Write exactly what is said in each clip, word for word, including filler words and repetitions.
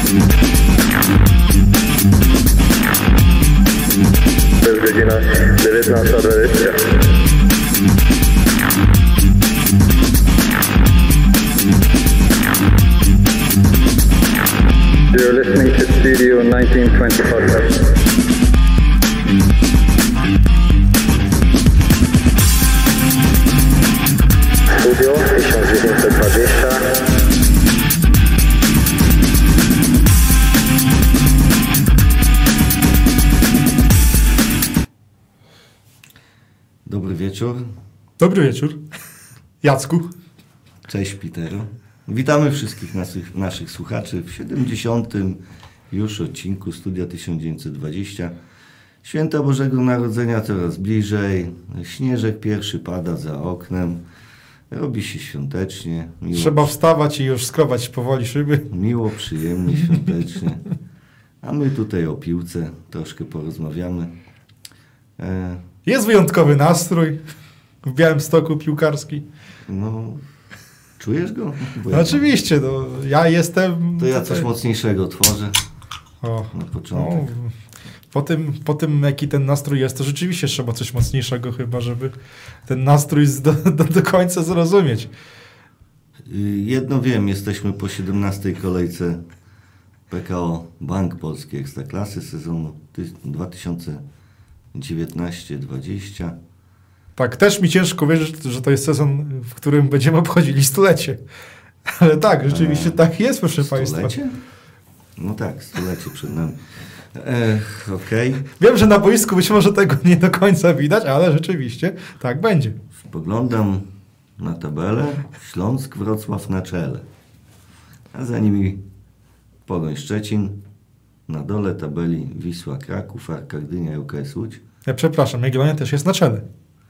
To jest godzina dziewiętnasta dwadzieścia. You're listening to Studio nineteen twenty podcast. Studio tysiąc dziewięćset dwadzieścia. Dobry wieczór. Dobry wieczór. Jacku. Cześć Peteru. Witamy wszystkich naszych, naszych słuchaczy w siedemdziesiątym już odcinku Studia tysiąc dziewięćset dwadzieścia. Święta Bożego Narodzenia coraz bliżej. Śnieżek pierwszy pada za oknem. Robi się świątecznie. Miło, Trzeba wstawać i już skrobać powoli szyby. Miło, przyjemnie, świątecznie. A my tutaj o piłce troszkę porozmawiamy. E... Jest wyjątkowy nastrój w Białymstoku piłkarski. No, czujesz go? No ja oczywiście, no, ja jestem... To ja tutaj... coś mocniejszego tworzę O, na początek. No, po, tym, po tym, jaki ten nastrój jest, to rzeczywiście trzeba coś mocniejszego chyba, żeby ten nastrój do, do, do końca zrozumieć. Jedno wiem, jesteśmy po siedemnastej kolejce P K O Bank Polski Ekstraklasy sezonu dwa tysiące dziewiętnaście dwadzieścia. Tak, też mi ciężko wierzyć, że to jest sezon, w którym będziemy obchodzili stulecie. Ale tak, rzeczywiście A, tak jest, proszę stulecie? Państwa. No tak, stulecie przed nami. Ech, okej. Okay. Wiem, że na boisku być może tego nie do końca widać, ale rzeczywiście tak będzie. Spoglądam na tabelę. Śląsk, Wrocław na czele. A za nimi Pogoń Szczecin. Na dole tabeli Wisła Kraków, Arka Gdynia i U K S Łódź. Ja przepraszam, Jagiellonia też jest na czele.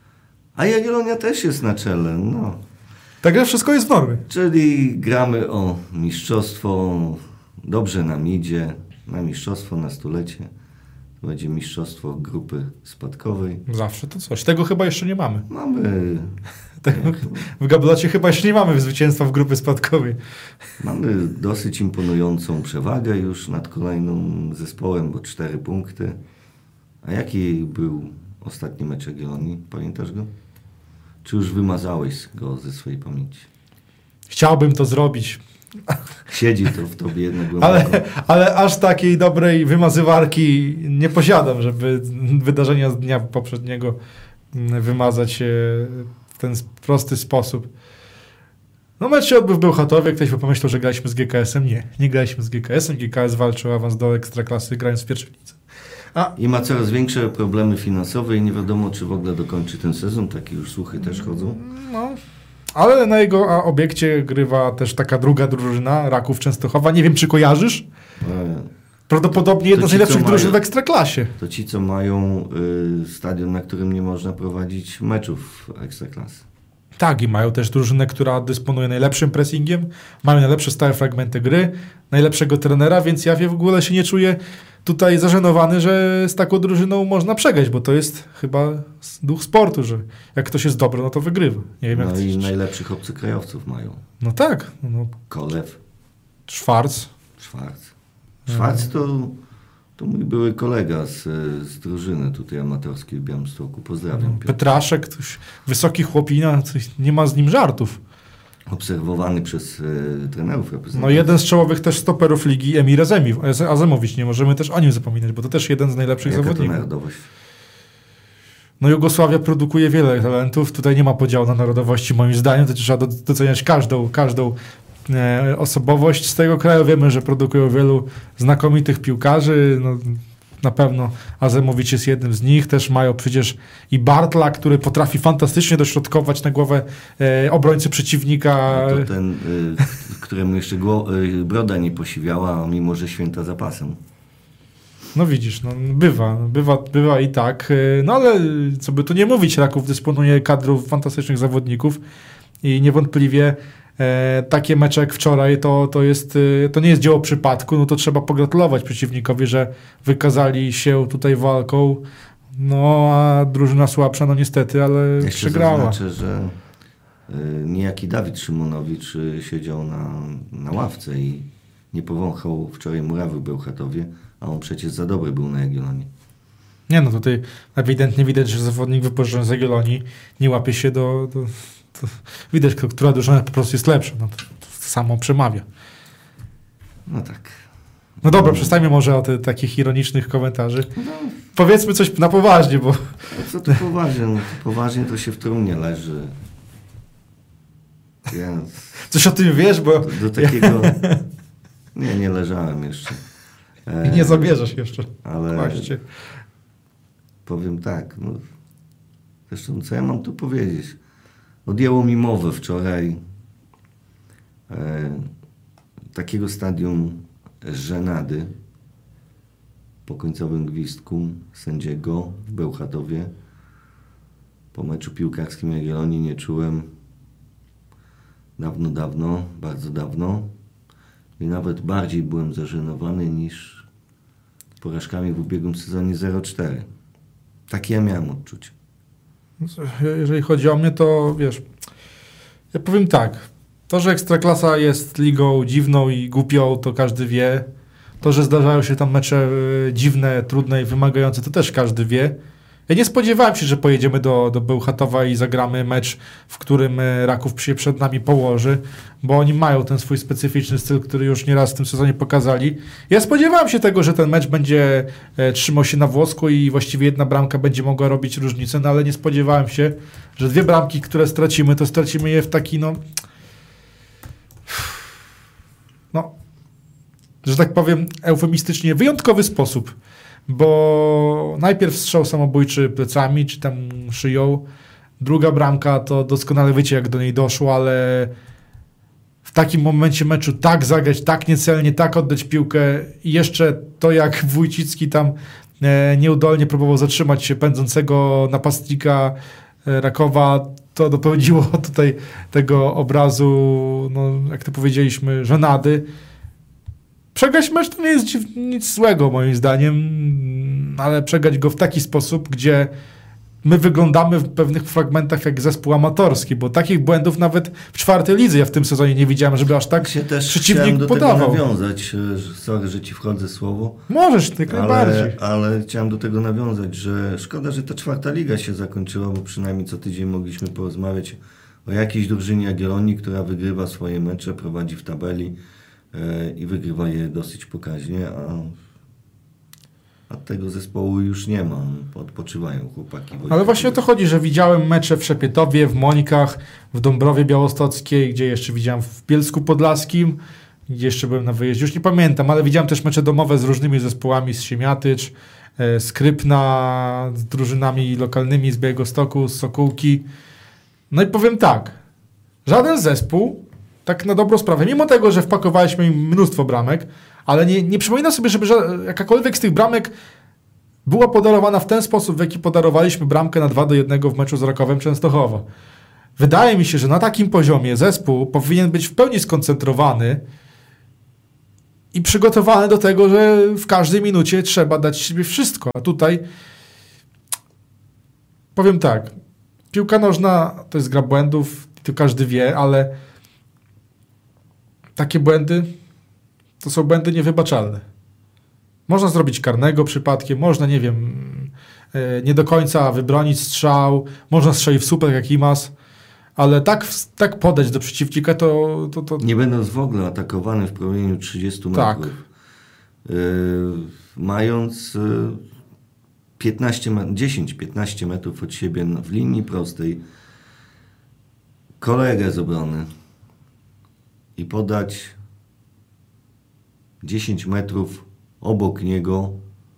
A Jagiellonia też jest na czele, no. Także wszystko jest w normie. Czyli gramy o mistrzostwo, dobrze nam idzie, na mistrzostwo, na stulecie. To będzie mistrzostwo grupy spadkowej. Zawsze to coś. Tego chyba jeszcze nie mamy. Mamy... Tego, w Gablocie chyba jeszcze nie mamy zwycięstwa w grupie spadkowej. Mamy dosyć imponującą przewagę już nad kolejnym zespołem, bo cztery punkty. A jaki był ostatni mecz Jagiellonii? Pamiętasz go? Czy już wymazałeś go ze swojej pamięci? Chciałbym to zrobić. Siedzi to w tobie jednak głęboko. Ale, ale aż takiej dobrej wymazywarki nie posiadam, żeby wydarzenia z dnia poprzedniego wymazać w ten prosty sposób. No mecz się odbył w Bełchatowie. Ktoś by pomyślał, że graliśmy z G K S-em. Nie, nie graliśmy z G K S-em. G K S walczył o awans do Ekstraklasy, grając w pierwszej lidze. A... I ma coraz większe problemy finansowe i nie wiadomo, czy w ogóle dokończy ten sezon. Takie już słuchy też chodzą. No, ale na jego obiekcie grywa też taka druga drużyna, Raków Częstochowa. Nie wiem, czy kojarzysz? E... Prawdopodobnie jedna z najlepszych drużyn w Ekstraklasie. To ci, co mają y, stadion, na którym nie można prowadzić meczów Ekstraklasy. Tak, i mają też drużynę, która dysponuje najlepszym pressingiem, mają najlepsze stałe fragmenty gry, najlepszego trenera, więc ja w ogóle się nie czuję tutaj zażenowany, że z taką drużyną można przegrać, bo to jest chyba duch sportu, że jak ktoś jest dobry, no to wygrywa. Nie wiem, no jak i to... najlepszych obcokrajowców mają. No tak. No. Kolew. Szwarc. Szwarc. Szwarc to, to mój były kolega z, z drużyny tutaj amatorskiej w Białymstoku. Pozdrawiam. No, Petraszek, ktoś, wysoki chłopina, coś, nie ma z nim żartów. Obserwowany przez y, trenerów reprezentacji. No jeden z czołowych też stoperów ligi, Emir Azemowicz. Nie możemy też o nim zapominać, bo to też jeden z najlepszych Jaka zawodników. to narodowość? No Jugosławia produkuje wiele talentów. Tutaj nie ma podziału na narodowości moim zdaniem. To trzeba doceniać każdą, każdą e, osobowość z tego kraju. Wiemy, że produkują wielu znakomitych piłkarzy. No, na pewno Azemowicz jest jednym z nich. Też mają przecież i Bartla, który potrafi fantastycznie dośrodkować na głowę e, obrońcy przeciwnika. No to ten, y, któremu jeszcze gło- y, broda nie posiwiała, mimo że święta za pasem. No widzisz, no bywa, bywa, bywa i tak. No ale co by tu nie mówić, Raków dysponuje kadrą fantastycznych zawodników i niewątpliwie e, takie mecze jak wczoraj to, to, jest, to nie jest dzieło przypadku, no to trzeba pogratulować przeciwnikowi, że wykazali się tutaj walką, no a drużyna słabsza, no niestety, ale Jeszcze przegrała. Zaznaczę, że y, niejaki Dawid Szymonowicz y, siedział na, na ławce i nie powąchał wczoraj murawy w Bełchatowie, a on przecież za dobry był na Jagiellonii. Nie no, tutaj ewidentnie widać, że zawodnik wypożyczony z Jagiellonii nie łapie się do... do, do widać, która drużyna po prostu jest lepsza. No, to, to samo przemawia. No tak. No dobra, przestańmy może od takich ironicznych komentarzy. No, Powiedzmy coś na poważnie, bo... co tu poważnie? No, to poważnie to się w trumnie leży. Ja Coś o tym wiesz, bo... do, do takiego... Nie, nie leżałem jeszcze. E, nie zabierzesz jeszcze. Ale Właśnie. powiem tak, no, zresztą co ja mam tu powiedzieć? Odjęło mi mowę wczoraj e, takiego stadium żenady po końcowym gwizdku sędziego w Bełchatowie. Po meczu piłkarskim Jagiellonii nie czułem dawno, dawno, bardzo dawno i nawet bardziej byłem zażenowany niż porażkami w ubiegłym sezonie zero cztery. Takie ja miałem odczucie. Jeżeli chodzi o mnie, to wiesz, ja powiem tak, to, że Ekstraklasa jest ligą dziwną i głupią, to każdy wie. To, że zdarzają się tam mecze y, dziwne, trudne i wymagające, to też każdy wie. Ja nie spodziewałem się, że pojedziemy do, do Bełchatowa i zagramy mecz, w którym y, Raków się przed nami położy, bo oni mają ten swój specyficzny styl, który już nieraz w tym sezonie pokazali. Ja spodziewałem się tego, że ten mecz będzie y, trzymał się na włosku i właściwie jedna bramka będzie mogła robić różnicę, no ale nie spodziewałem się, że dwie bramki, które stracimy, to stracimy je w taki, no... no... że tak powiem eufemistycznie, wyjątkowy sposób, bo najpierw strzał samobójczy plecami, czy tam szyją, druga bramka, to doskonale wiecie, jak do niej doszło, ale w takim momencie meczu tak zagrać, tak niecelnie, tak oddać piłkę i jeszcze to, jak Wójcicki tam e, nieudolnie próbował zatrzymać się pędzącego napastnika e, Rakowa, to dopełniło tutaj tego obrazu, no, jak to powiedzieliśmy, żenady. Przegrać mecz to nie jest nic złego moim zdaniem, ale przegrać go w taki sposób, gdzie my wyglądamy w pewnych fragmentach jak zespół amatorski, bo takich błędów nawet w czwartej lidze ja w tym sezonie nie widziałem, żeby aż tak się też przeciwnik do podawał. Tego nawiązać, sorry, że ci wchodzę słowo. Możesz, tylko najbardziej. Ale, ale chciałem do tego nawiązać, że szkoda, że ta czwarta liga się zakończyła, bo przynajmniej co tydzień mogliśmy porozmawiać o jakiejś drużynie Jagiellonii, która wygrywa swoje mecze, prowadzi w tabeli i wygrywa je dosyć pokaźnie, a, a tego zespołu już nie ma. Odpoczywają chłopaki. Ale właśnie o to chodzi, że widziałem mecze w Szepietowie, w Monikach, w Dąbrowie Białostockiej, gdzie jeszcze widziałem w Bielsku Podlaskim, gdzie jeszcze byłem na wyjeździe, już nie pamiętam, ale widziałem też mecze domowe z różnymi zespołami, z Siemiatycz, z Krypna, z drużynami lokalnymi z Białegostoku, z Sokółki. No i powiem tak, żaden zespół tak na dobrą sprawę, mimo tego, że wpakowaliśmy im mnóstwo bramek, ale nie, nie przypominam sobie, żeby jakakolwiek z tych bramek była podarowana w ten sposób, w jaki podarowaliśmy bramkę na dwa do jednego w meczu z Rakowem Częstochowa. Wydaje mi się, że na takim poziomie zespół powinien być w pełni skoncentrowany i przygotowany do tego, że w każdej minucie trzeba dać siebie wszystko. A tutaj powiem tak, piłka nożna to jest gra błędów, to każdy wie, ale takie błędy to są błędy niewybaczalne. Można zrobić karnego przypadkiem, można, nie wiem, nie do końca wybronić strzał, można strzelić w słupek jak Imas, ale tak, tak podać do przeciwnika to, to, to... Nie będąc w ogóle atakowany w promieniu trzydziestu metrów. Tak. Yy, mając piętnaście, dziesięć piętnaście metrów od siebie w linii prostej kolegę z obrony i podać dziesięć metrów obok niego.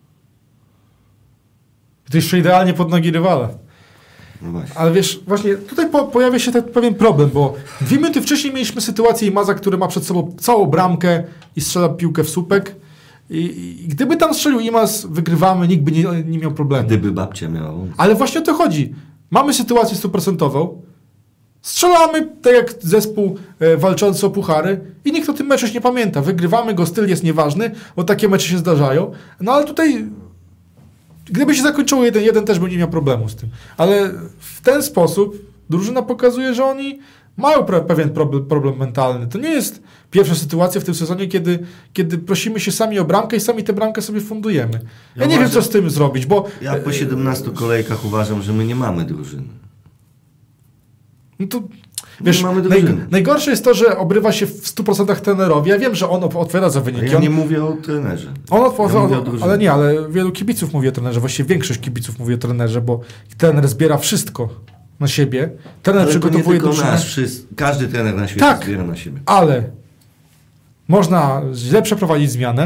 To jeszcze idealnie pod nogi rywala. No właśnie. Ale wiesz, właśnie tutaj po, pojawia się tak pewien problem, bo dwie minuty wcześniej mieliśmy sytuację Imaza, który ma przed sobą całą bramkę i strzela piłkę w słupek. I, i gdyby tam strzelił Imaz, wygrywamy, nikt by nie, nie miał problemu. Gdyby babcia miała. Ale właśnie o to chodzi. Mamy sytuację stuprocentową, strzelamy tak jak zespół e, walczący o puchary i nikt o tym meczu już nie pamięta. Wygrywamy go, styl jest nieważny, bo takie mecze się zdarzają. No ale tutaj gdyby się zakończyło jeden jeden, też bym nie miał problemu z tym. Ale w ten sposób drużyna pokazuje, że oni mają pre- pewien problem, problem mentalny. To nie jest pierwsza sytuacja w tym sezonie, kiedy, kiedy prosimy się sami o bramkę i sami tę bramkę sobie fundujemy. Ja, Ja nie uważam, wiem, co z tym zrobić, bo... Ja po siedemnastu kolejkach uważam, że my nie mamy drużyny. No to, wiesz, mamy naj, drużyny. najgorsze jest to, że obrywa się w stu procentach trenerowi. Ja wiem, że on op- odpowiada za A wyniki. ja On, nie mówię o trenerze. on odpowiada, ja mówię o drużynie. ale nie, ale wielu kibiców mówi o trenerze. Właściwie większość kibiców mówi o trenerze, bo trener zbiera wszystko na siebie. Trener Ale to nie przygotowuje tylko drużynę. nasz, wszyscy, każdy trener na świecie Tak. zbiera na siebie. Ale można źle przeprowadzić zmianę,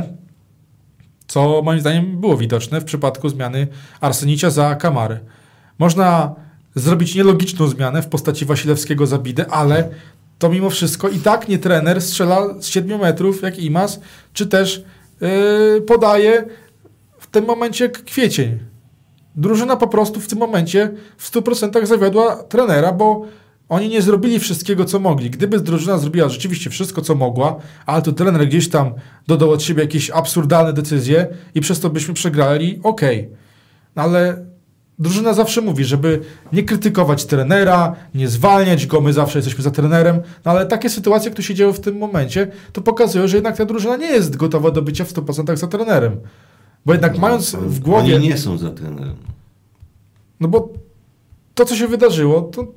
co moim zdaniem było widoczne w przypadku zmiany Arsenicia za Kamary. Można zrobić nielogiczną zmianę w postaci Wasilewskiego za Bidę, ale to mimo wszystko i tak nie trener strzela z siedmiu metrów jak Imas, czy też yy, podaje w tym momencie Kwiecień. Drużyna po prostu w tym momencie w stu procentach zawiodła trenera, bo oni nie zrobili wszystkiego, co mogli. Gdyby drużyna zrobiła rzeczywiście wszystko, co mogła, ale to trener gdzieś tam dodał od siebie jakieś absurdalne decyzje i przez to byśmy przegrali, okej. Okay. No ale drużyna zawsze mówi, żeby nie krytykować trenera, nie zwalniać go, my zawsze jesteśmy za trenerem, no ale takie sytuacje, które się dzieją w tym momencie, to pokazują, że jednak ta drużyna nie jest gotowa do bycia w stu procentach za trenerem. Bo jednak No, mając w głowie... Oni nie są za trenerem. No bo to, co się wydarzyło, to,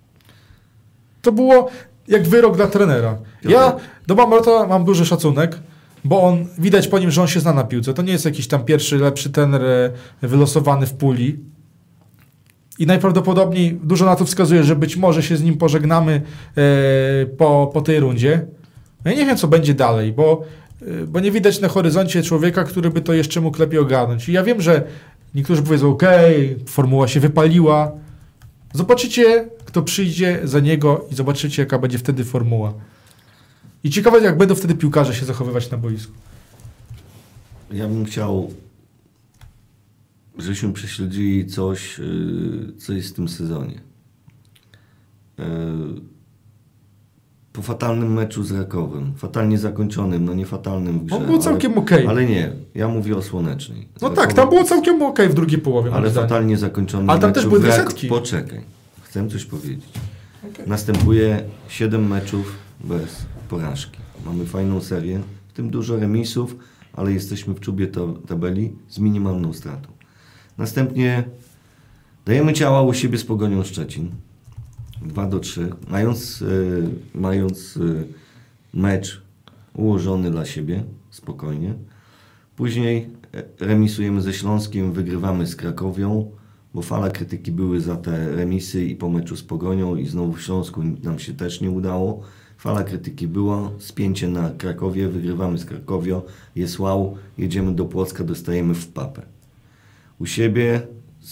to było jak wyrok dla trenera. Ja do Mamrota mam duży szacunek, bo on, widać po nim, że on się zna na piłce. To nie jest jakiś tam pierwszy, lepszy trener wylosowany w puli. I najprawdopodobniej dużo na to wskazuje, że być może się z nim pożegnamy e, po, po tej rundzie. Ja nie wiem, co będzie dalej, bo, e, bo nie widać na horyzoncie człowieka, który by to jeszcze mógł lepiej ogarnąć. I ja wiem, że niektórzy powiedzą, okej, okay, formuła się wypaliła. Zobaczycie, kto przyjdzie za niego i zobaczycie, jaka będzie wtedy formuła. I ciekawe, jak będą wtedy piłkarze się zachowywać na boisku. Ja bym chciał, żebyśmy prześledzili coś, co jest w tym sezonie. Po fatalnym meczu z Rakowem, fatalnie zakończonym, no nie fatalnym w grze. On był całkiem ale, okej. Ale nie, ja mówię o Słonecznej. No Rakowem, tak, tam było całkiem okej okay w drugiej połowie. Ale fatalnie zakończony Ale tam meczu też były w dwie Rak- setki. Poczekaj, chcę coś powiedzieć. Okay. Następuje siedem meczów bez porażki. Mamy fajną serię, w tym dużo remisów, ale jesteśmy w czubie tabeli z minimalną stratą. Następnie dajemy ciała u siebie z Pogonią Szczecin. dwa do trzech. Mając, yy, mając yy, mecz ułożony dla siebie, spokojnie. Później remisujemy ze Śląskiem, wygrywamy z Krakowią, bo fala krytyki były za te remisy i po meczu z Pogonią i znowu w Śląsku nam się też nie udało. Fala krytyki była, spięcie na Krakowie, wygrywamy z Krakowią, jest wow, jedziemy do Płocka, dostajemy w papę. U siebie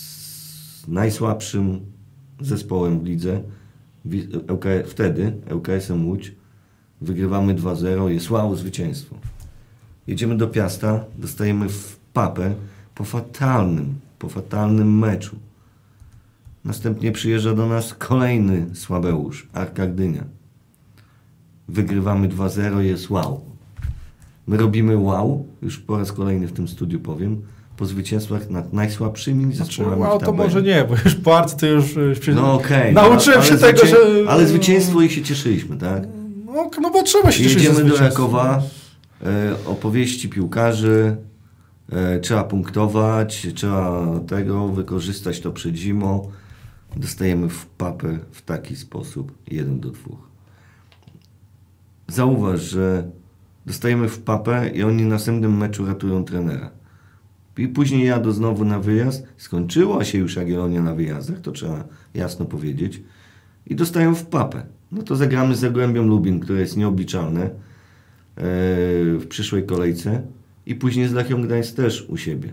z najsłabszym zespołem w lidze, L K, wtedy L K S-em Łódź, wygrywamy dwa zero, jest wow, zwycięstwo. Jedziemy do Piasta, dostajemy w papę po fatalnym, po fatalnym meczu. Następnie przyjeżdża do nas kolejny słabeusz, Arka Gdynia. Wygrywamy dwa zero, jest wow. My robimy wow, już po raz kolejny w tym studiu powiem, po zwycięstwach nad najsłabszymi zespołami znaczy, wow, w to może nie, bo już po Arce to już, już się no okay, nauczyłem no, się tego, zwycię... że... Ale zwycięstwo i się cieszyliśmy, tak? No, no bo trzeba się cieszyć. Jedziemy do Rakowa, e, opowieści piłkarzy, e, trzeba punktować, trzeba tego, wykorzystać to przed zimą. Dostajemy w papę w taki sposób, jeden do dwóch. Zauważ, że dostajemy w papę i oni na następnym meczu ratują trenera. I później jadą znowu na wyjazd. Skończyła się już Jagiellonia na wyjazdach, to trzeba jasno powiedzieć. I dostają w papę. No to zagramy z Zagłębiem Lubin, które jest nieobliczalne yy, w przyszłej kolejce. I później z Lechią Gdańsk też u siebie.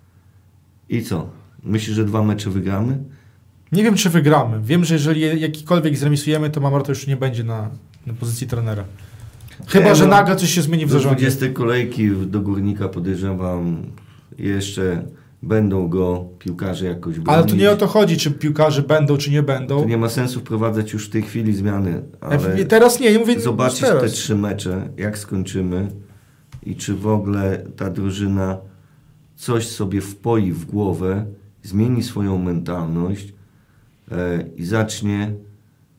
I co? Myślisz, że dwa mecze wygramy? Nie wiem, czy wygramy. Wiem, że jeżeli jakikolwiek zremisujemy, to Mamrot już nie będzie na, na pozycji trenera. Chyba, nie, że no, nagle coś się zmieni w do zarządzie. dwudziestej kolejki do Górnika podejrzewam jeszcze będą go piłkarze jakoś bronić. Ale tu nie o to chodzi, czy piłkarze będą, czy nie będą. Tu nie ma sensu wprowadzać już w tej chwili zmiany. Ale teraz nie, nie mówię zobaczyć teraz. te trzy mecze, jak skończymy i czy w ogóle ta drużyna coś sobie wpoi w głowę, zmieni swoją mentalność e, i zacznie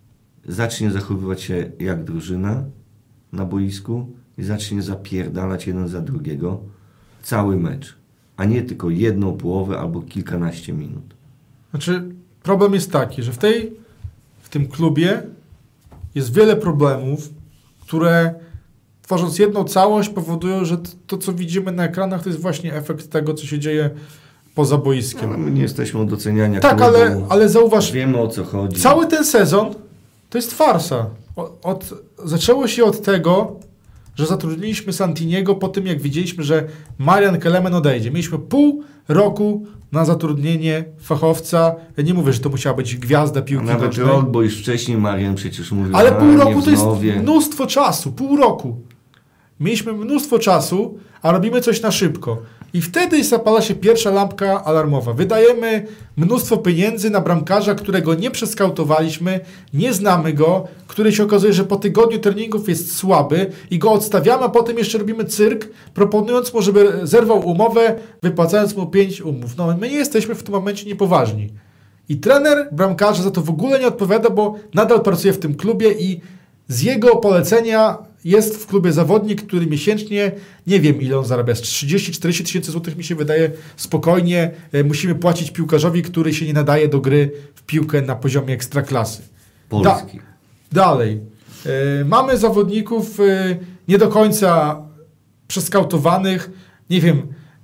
zacznie zachowywać się jak drużyna na boisku i zacznie zapierdalać jeden za drugiego cały mecz, a nie tylko jedną połowę albo kilkanaście minut. Znaczy, problem jest taki, że w tej, w tym klubie jest wiele problemów, które tworząc jedną całość powodują, że to, co widzimy na ekranach, to jest właśnie efekt tego, co się dzieje poza boiskiem. Ale my nie jesteśmy od oceniania Tak, klubu. ale, ale zauważ, Wiemy, o co chodzi. cały ten sezon to jest farsa. Od, od, zaczęło się od tego, że zatrudniliśmy Santiniego po tym, jak widzieliśmy, że Marian Kelemen odejdzie. Mieliśmy pół roku na zatrudnienie fachowca. Ja nie mówię, że to musiała być gwiazda piłki Nawet nożnej. rok, bo już wcześniej Marian przecież mówił, Ale a, pół nie roku w to jest Znowie. mnóstwo czasu. Pół roku. Mieliśmy mnóstwo czasu, a robimy coś na szybko. I wtedy zapala się pierwsza lampka alarmowa. Wydajemy mnóstwo pieniędzy na bramkarza, którego nie przeskautowaliśmy, nie znamy go, który się okazuje, że po tygodniu treningów jest słaby i go odstawiamy, a potem jeszcze robimy cyrk, proponując mu, żeby zerwał umowę, wypłacając mu pięć umów. No, my nie jesteśmy w tym momencie niepoważni. I trener bramkarza za to w ogóle nie odpowiada, bo nadal pracuje w tym klubie i z jego polecenia jest w klubie zawodnik, który miesięcznie, nie wiem ile on zarabia, trzydzieści czterdzieści tysięcy złotych mi się wydaje spokojnie. E, musimy płacić piłkarzowi, który się nie nadaje do gry w piłkę na poziomie ekstraklasy. Polski. Da- dalej. E, mamy zawodników e, nie do końca przeskautowanych. Nie wiem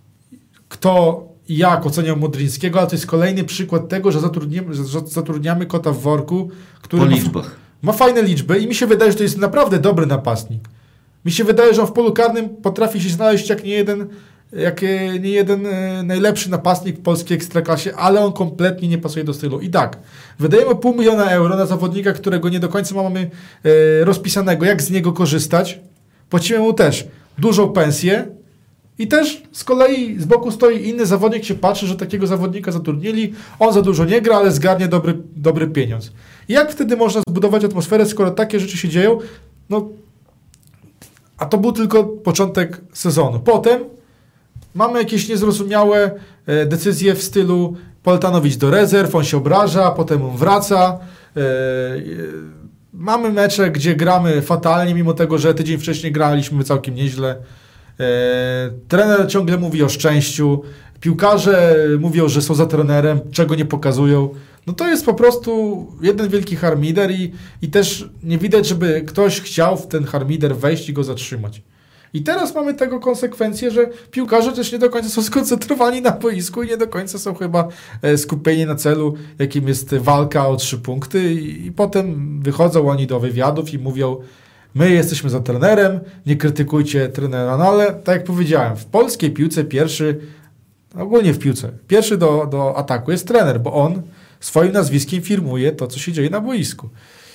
kto i jak oceniał Modryńskiego, ale to jest kolejny przykład tego, że zatrudniamy, że zatrudniamy kota w worku, który... Po ma- liczbach. Ma fajne liczby i mi się wydaje, że to jest naprawdę dobry napastnik. Mi się wydaje, że on w polu karnym potrafi się znaleźć jak nie jeden, jak e, nie jeden e, najlepszy napastnik w polskiej ekstraklasie, ale on kompletnie nie pasuje do stylu. I tak, wydajemy pół miliona euro na zawodnika, którego nie do końca mamy e, rozpisanego, jak z niego korzystać. Płacimy mu też dużą pensję i też z kolei z boku stoi inny zawodnik, się patrzy, że takiego zawodnika zatrudnili, on za dużo nie gra, ale zgarnie dobry, dobry pieniądz. I jak wtedy można zbudować atmosferę, skoro takie rzeczy się dzieją? No, a to był tylko początek sezonu. Potem mamy jakieś niezrozumiałe e, decyzje w stylu Poltanowicz do rezerw, on się obraża, potem on wraca. E, e, mamy mecze, gdzie gramy fatalnie, mimo tego, że tydzień wcześniej graliśmy całkiem nieźle. E, trener ciągle mówi o szczęściu, piłkarze mówią, że są za trenerem, czego nie pokazują. No to jest po prostu jeden wielki harmider i, i też nie widać, żeby ktoś chciał w ten harmider wejść i go zatrzymać. I teraz mamy tego konsekwencję, że piłkarze też nie do końca są skoncentrowani na boisku i nie do końca są chyba e, skupieni na celu, jakim jest walka o trzy punkty i, i potem wychodzą oni do wywiadów i mówią: my jesteśmy za trenerem, nie krytykujcie trenera. No ale tak jak powiedziałem, w polskiej piłce pierwszy, ogólnie w piłce, pierwszy do, do ataku jest trener, bo on swoim nazwiskiem firmuje to, co się dzieje na boisku.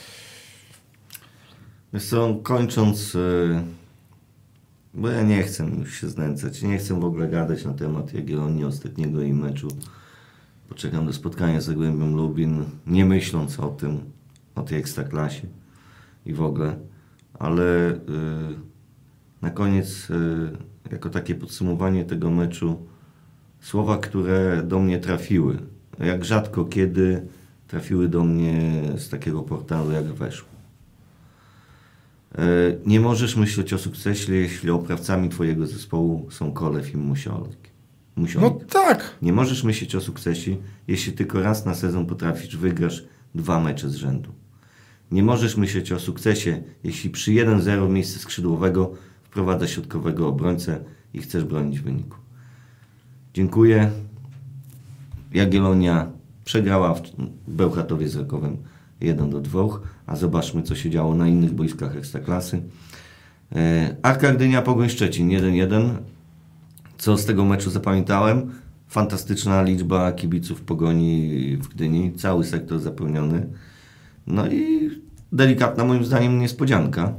Wiesz co, kończąc, yy, bo ja nie chcę już się znęcać, nie chcę w ogóle gadać na temat Jagiellonii ostatniego jej meczu. Poczekam do spotkania z Zagłębiem Lubin, nie myśląc o tym, o tej ekstraklasie i w ogóle. Ale yy, na koniec, yy, jako takie podsumowanie tego meczu, słowa, które do mnie trafiły, jak rzadko kiedy trafiły do mnie z takiego portalu, jak weszło. Yy, nie możesz myśleć o sukcesie, jeśli oprawcami twojego zespołu są Kolew i Musiolik. No tak. Nie możesz myśleć o sukcesie, jeśli tylko raz na sezon potrafisz wygrasz dwa mecze z rzędu. Nie możesz myśleć o sukcesie, jeśli przy jeden zero w miejsce skrzydłowego wprowadza środkowego obrońcę i chcesz bronić wyniku. Dziękuję. Jagiellonia przegrała w Bełchatowie z Rakowem jeden do dwóch, a zobaczmy, co się działo na innych boiskach Ekstraklasy. Arka Gdynia Pogoń Szczecin jeden jeden. Co z tego meczu zapamiętałem? Fantastyczna liczba kibiców Pogoni w Gdyni, cały sektor zapełniony. No i delikatna moim zdaniem niespodzianka.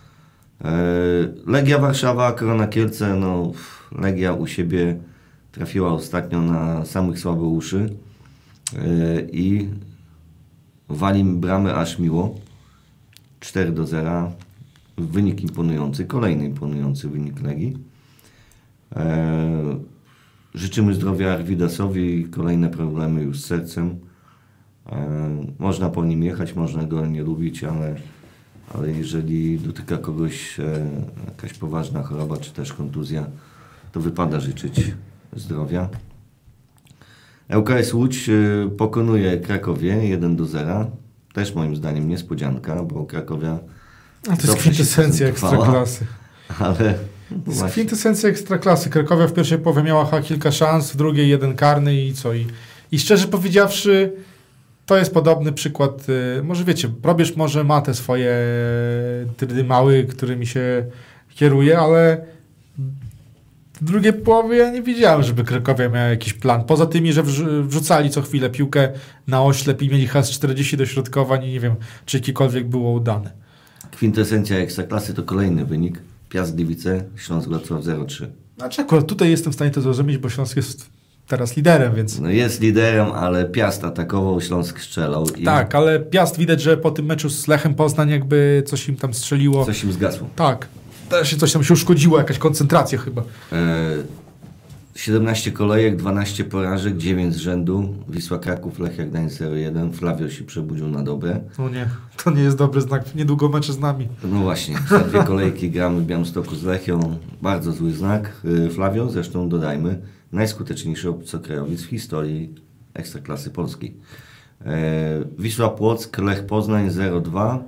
Legia Warszawa, Korona Kielce, no Legia u siebie trafiła ostatnio na samych słabe uszy i wali bramy aż miło. cztery do zera. Wynik imponujący, kolejny imponujący wynik Legii. Życzymy zdrowia Arwidasowi, kolejne problemy już z sercem, Można po nim jechać, można go nie lubić, ale, ale jeżeli dotyka kogoś jakaś poważna choroba czy też kontuzja, to wypada życzyć zdrowia. ŁKS Łódź pokonuje Krakowię jeden do zera. Też moim zdaniem niespodzianka, bo Krakowia... A to jest kwintesencja Ekstraklasy. Ale... To jest kwintesencja Ekstraklasy. Krakowia w pierwszej połowie miała kilka szans, w drugiej jeden karny i co? I, i szczerze powiedziawszy, to jest podobny przykład. Może wiecie, Probierz może ma te swoje trydymały, którymi się kieruje, ale w drugiej połowie ja nie widziałem, żeby Krakowia miała jakiś plan. Poza tymi, że wrzucali co chwilę piłkę na oślep i mieli has czterdzieści dośrodkowań i nie wiem, czy jakikolwiek było udane. Kwintesencja Ekstraklasy to kolejny wynik. Piast Gliwice, Śląsk Wrocław zero trzy. Znaczy akurat tutaj jestem w stanie to zrozumieć, bo Śląsk jest teraz liderem, więc... No jest liderem, ale Piast atakował, Śląsk strzelał. I tak, ale Piast widać, że po tym meczu z Lechem Poznań jakby coś im tam strzeliło. coś im zgasło. Tak. Też coś tam się uszkodziło, jakaś koncentracja chyba. E, siedemnaście kolejek, dwanaście porażek, dziewięć z rzędu. Wisła Kraków, Lechia Gdańsk zero jeden. Flavio się przebudził na dobre. No nie, to nie jest dobry znak. Niedługo mecze z nami. No właśnie, za dwie kolejki gramy w Białymstoku z Lechią. Bardzo zły znak. E, Flavio, zresztą dodajmy, najskuteczniejszy obcokrajowiec w historii Ekstraklasy polskiej. E, Wisła Płock, Lech Poznań zero dwa.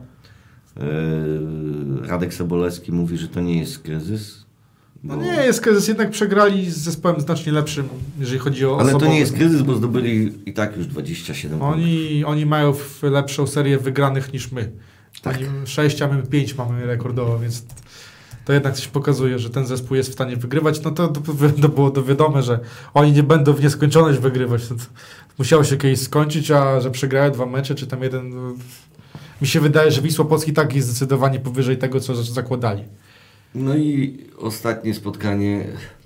E, Radek Sobolewski mówi, że to nie jest kryzys. No nie jest kryzys, jednak przegrali z zespołem znacznie lepszym, jeżeli chodzi o Ale osobowy. to nie jest kryzys, bo zdobyli i tak już dwadzieścia siedem punktów. Oni, oni mają lepszą serię wygranych niż my. Tak. Oni sześć, a my pięć mamy rekordowo, więc to jednak coś pokazuje, że ten zespół jest w stanie wygrywać. No to, to, to było to wiadome, że oni nie będą w nieskończoność wygrywać. To, to musiało się kiedyś skończyć, a że przegrają dwa mecze, czy tam jeden... No, mi się wydaje, że Wisła Płock i tak jest zdecydowanie powyżej tego, co zakładali. No i ostatnie spotkanie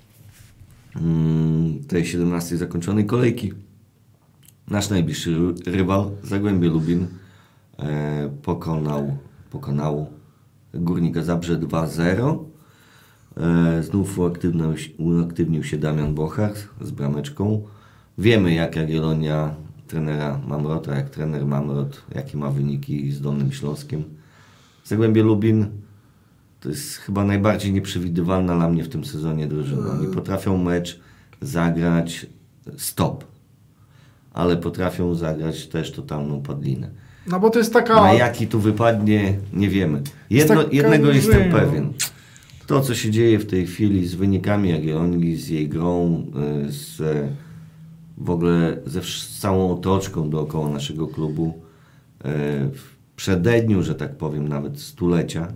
mm, tej siedemnastej zakończonej kolejki. Nasz najbliższy rywal, Zagłębie Lubin, e, pokonał, pokonał Górnika Zabrze dwa zero. E, znów uaktywnił, uaktywnił się Damian Bochar z brameczką. Wiemy, jak Jagiellonia trenera Mamrota, jak trener Mamrot, jakie ma wyniki z Dolnym Śląskiem. Zagłębie Lubin to jest chyba najbardziej nieprzewidywalna dla mnie w tym sezonie drużyna. Oni potrafią mecz zagrać stop, ale potrafią zagrać też totalną padlinę. No bo to jest taka... Na jaki tu wypadnie, nie wiemy. Jedno, jednego jestem pewien. To, co się dzieje w tej chwili z wynikami Jagiellonii, z jej grą, z, w ogóle ze z całą otoczką dookoła naszego klubu, w przededniu, że tak powiem, nawet stulecia,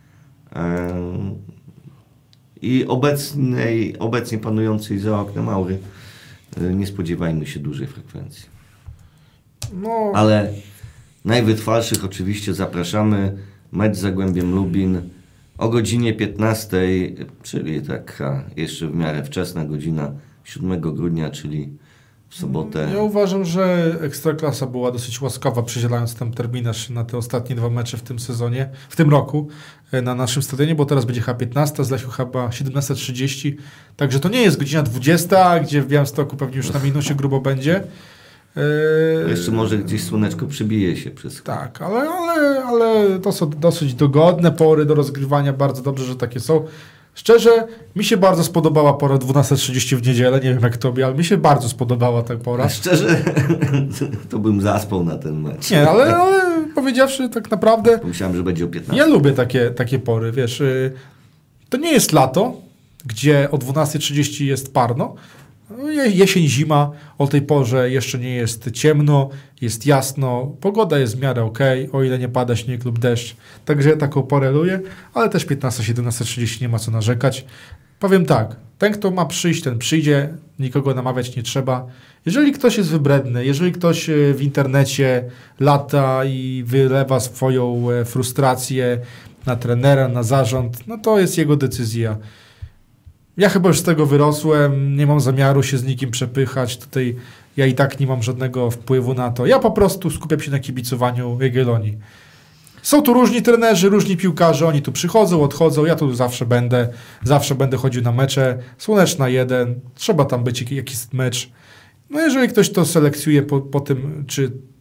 i obecnej, obecnie panującej za oknem aury, nie spodziewajmy się dużej frekwencji. No. Ale najwytrwalszych oczywiście zapraszamy. Mecz z Zagłębiem Lubin o godzinie piętnastej, czyli taka jeszcze w miarę wczesna godzina siódmego grudnia, czyli w sobotę. Ja uważam, że Ekstraklasa była dosyć łaskawa, przydzielając tam terminarz na te ostatnie dwa mecze w tym sezonie, w tym roku na naszym stadionie, bo teraz będzie chyba piętnasta, z Lechiu chyba siedemnasta trzydzieści, także to nie jest godzina dwudziesta, gdzie w Białymstoku pewnie już na minusie grubo będzie. Eee, Jeszcze może gdzieś słoneczko przybije się przez... Tak, ale, ale, ale to są dosyć dogodne pory do rozgrywania, bardzo dobrze, że takie są. Szczerze, mi się bardzo spodobała pora dwunasta trzydzieści w niedzielę, nie wiem jak tobie, ale mi się bardzo spodobała ta pora. A szczerze, to bym zaspał na ten mecz. Nie, ale, ale powiedziawszy tak naprawdę... Myślałem, że będzie o piętnastej. Ja lubię takie, takie pory, wiesz. To nie jest lato, gdzie o dwunasta trzydzieści jest parno. Jesień, zima, o tej porze jeszcze nie jest ciemno, jest jasno, pogoda jest w miarę okej, o ile nie pada śnieg lub deszcz. Także ja taką porę lubię, ale też piętnasta, siedemnasta trzydzieści nie ma co narzekać. Powiem tak, ten kto ma przyjść, ten przyjdzie, nikogo namawiać nie trzeba. Jeżeli ktoś jest wybredny, jeżeli ktoś w internecie lata i wylewa swoją frustrację na trenera, na zarząd, no to jest jego decyzja. Ja chyba już z tego wyrosłem, nie mam zamiaru się z nikim przepychać, tutaj ja i tak nie mam żadnego wpływu na to. Ja po prostu skupiam się na kibicowaniu Jagiellonii. Są tu różni trenerzy, różni piłkarze, oni tu przychodzą, odchodzą, ja tu zawsze będę, zawsze będę chodził na mecze. Słoneczna jeden, trzeba tam być jakiś mecz. No jeżeli ktoś to selekcjonuje po, po tym, czy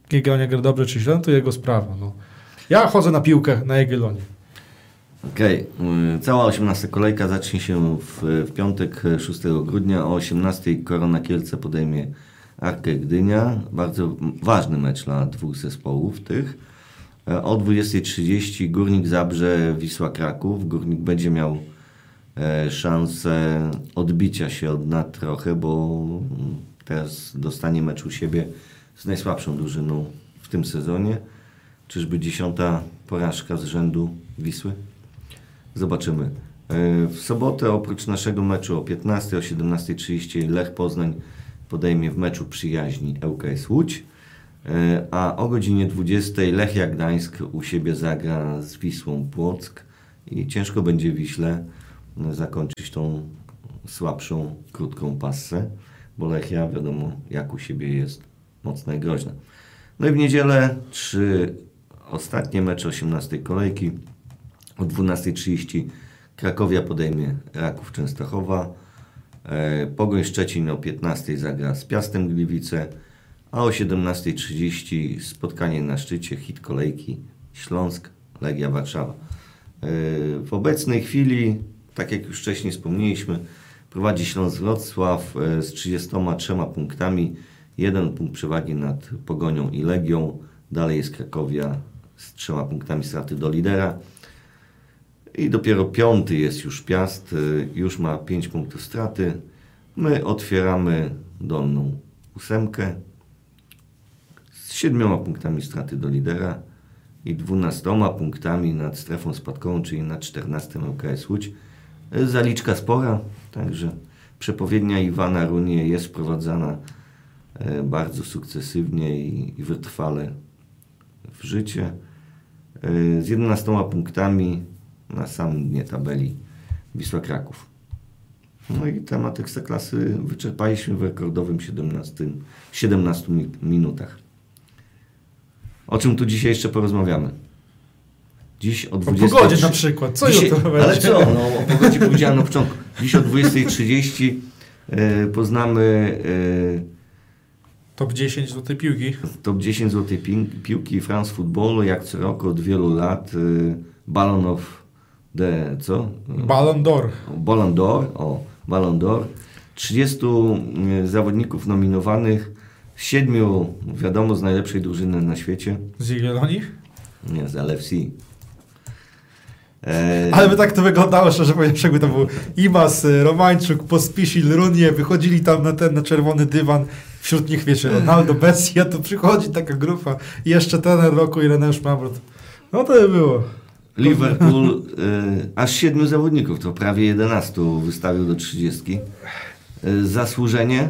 Jagiellonia gra dobrze czy źle, to jego sprawa. No. Ja chodzę na piłkę na Jagiellonię. Okej, okay. Cała osiemnasta kolejka zacznie się w, w piątek szóstego grudnia o osiemnastej Korona Kielce podejmie Arkę Gdynia. Bardzo ważny mecz dla dwóch zespołów tych. O dwudziestej trzydzieści Górnik Zabrze, Wisła Kraków. Górnik będzie miał e, szansę odbicia się od dna trochę, bo teraz dostanie mecz u siebie z najsłabszą drużyną w tym sezonie. Czyżby dziesiąta porażka z rzędu Wisły? Zobaczymy. E, w sobotę oprócz naszego meczu o piętnastej, o siedemnastej trzydzieści Lech Poznań podejmie w meczu przyjaźni L K S Łódź. A o godzinie dwudziestej Lechia Gdańsk u siebie zagra z Wisłą Płock i ciężko będzie Wiśle zakończyć tą słabszą, krótką passę, bo Lechia wiadomo jak u siebie jest mocna i groźna. No i w niedzielę trzy ostatnie mecze osiemnastej kolejki. O dwunastej trzydzieści Krakowia podejmie Raków Częstochowa. Pogoń Szczecin o piętnastej zagra z Piastem Gliwice. A o siedemnastej trzydzieści spotkanie na szczycie, hit kolejki Śląsk, Legia Warszawa. W obecnej chwili, tak jak już wcześniej wspomnieliśmy, prowadzi Śląsk Wrocław z trzydziestoma trzema punktami, jeden punkt przewagi nad Pogonią i Legią. Dalej jest Krakowia z trzema punktami straty do lidera. I dopiero piąty jest już Piast, już ma pięć punktów straty. My otwieramy dolną ósemkę z siedmioma punktami straty do lidera i dwunastoma punktami nad strefą spadkową, czyli nad czternastym L K S Łódź. Zaliczka spora, także przepowiednia Iwana Runie jest wprowadzana bardzo sukcesywnie i wytrwale w życie. Z jedenastoma punktami na samym dnie tabeli Wisła Kraków. No i temat Ekstraklasy wyczerpaliśmy w rekordowym siedemnastu minutach. O czym tu dzisiaj jeszcze porozmawiamy? Dziś o dwudziestej trzydzieści... O pogodzie na przykład. Co dzisiaj, jutro ale będzie? co? No, o pogodzie powiedziałem na początku. Dziś o dwudziestej trzydzieści e, poznamy e, top dziesięć złotej piłki. top dziesięć złotej pi- piłki France Footballu. Jak co roku od wielu lat e, Ballon of the... co? Ballon d'Or. Ballon d'Or. O, Ballon d'Or. trzydziestu e, zawodników nominowanych. Siedmiu, wiadomo, z najlepszej drużyny na świecie. Z Jagiellonii? Nie, z L F C. E... Ale by tak to wyglądało, szczerze mówiąc, jakby to był Imas, Romańczuk, Pospisil, Runie, wychodzili tam na ten na czerwony dywan, wśród nich wiecie, Ronaldo, Messi, a tu przychodzi taka grupa i jeszcze trener roku i Reneusz Mamrot. No to by było. Liverpool e, aż siedmiu zawodników, to prawie jedenastu wystawił do trzydziestki. E, zasłużenie?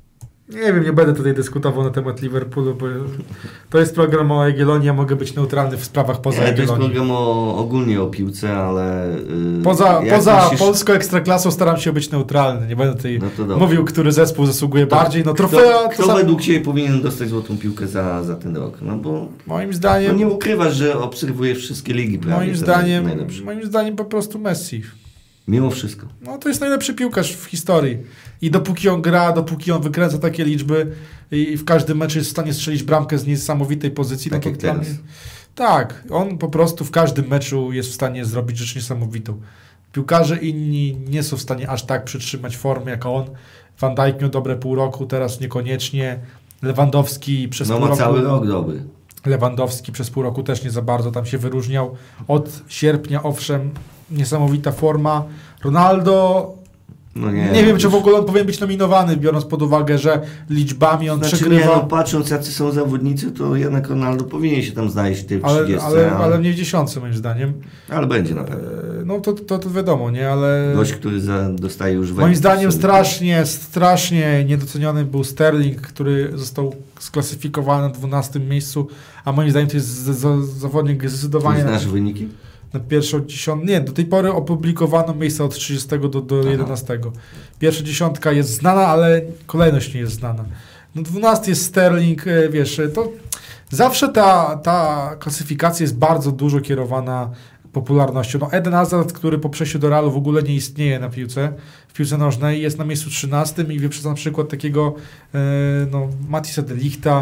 Nie wiem, nie będę tutaj dyskutował na temat Liverpoolu, bo to jest program o Jagiellonii, ja mogę być neutralny w sprawach poza Nie, to jest Jagiellonii. program o, ogólnie o piłce, ale... Yy, Poza, poza musisz... polską ekstraklasą staram się być neutralny. Nie będę tutaj no mówił, który zespół zasługuje to, bardziej. No kto, trofea... Kto sam... według Ciebie powinien dostać złotą piłkę za, za ten rok? No bo Moim zdaniem... no nie ukrywasz, że obserwujesz wszystkie ligi prawie. Moim zdaniem, najlepsze. moim zdaniem po prostu Messi. Mimo wszystko. No to jest najlepszy piłkarz w historii. I dopóki on gra, dopóki on wykręca takie liczby i w każdym meczu jest w stanie strzelić bramkę z niesamowitej pozycji. Tak, tak jak jak dla teraz. mnie. Tak, on po prostu w każdym meczu jest w stanie zrobić rzecz niesamowitą. Piłkarze inni nie są w stanie aż tak przytrzymać formy jak on. Van Dijk miał dobre pół roku, teraz niekoniecznie. Lewandowski przez No pół ma roku... cały rok dobry. Lewandowski przez pół roku też nie za bardzo tam się wyróżniał. Od sierpnia owszem, niesamowita forma. Ronaldo, No nie, nie, nie wiem no czy w już- ogóle on powinien być nominowany, biorąc pod uwagę, że liczbami on Znaczy, przegrywa. nie, no, patrząc jacy są zawodnicy, to jednak Ronaldo powinien się tam znaleźć w tej ale, trzydziestce, ale, ale, ale nie w dziesiątce moim zdaniem. ale będzie na pewno. E, No to, to, to wiadomo, nie? Ale Gość, który za, dostaje już moim wejście. zdaniem strasznie, strasznie niedoceniony był Sterling, który został sklasyfikowany na dwunastym miejscu, a moim zdaniem to jest z, z, zawodnik Ty zdecydowanie na, znasz wyniki? na pierwszą dziesiątkę. Nie, do tej pory opublikowano miejsca od trzydziestego do, do Aha. jedenastego. Pierwsza dziesiątka jest znana, ale kolejność nie jest znana. No dwunasty jest Sterling, e, wiesz, e, to zawsze ta, ta klasyfikacja jest bardzo dużo kierowana popularnością. No Eden Hazard, który po przejściu do Realu w ogóle nie istnieje na piłce, w piłce nożnej, jest na miejscu trzynastym i wyprzedza na przykład takiego e, no, Matisa de Lichta,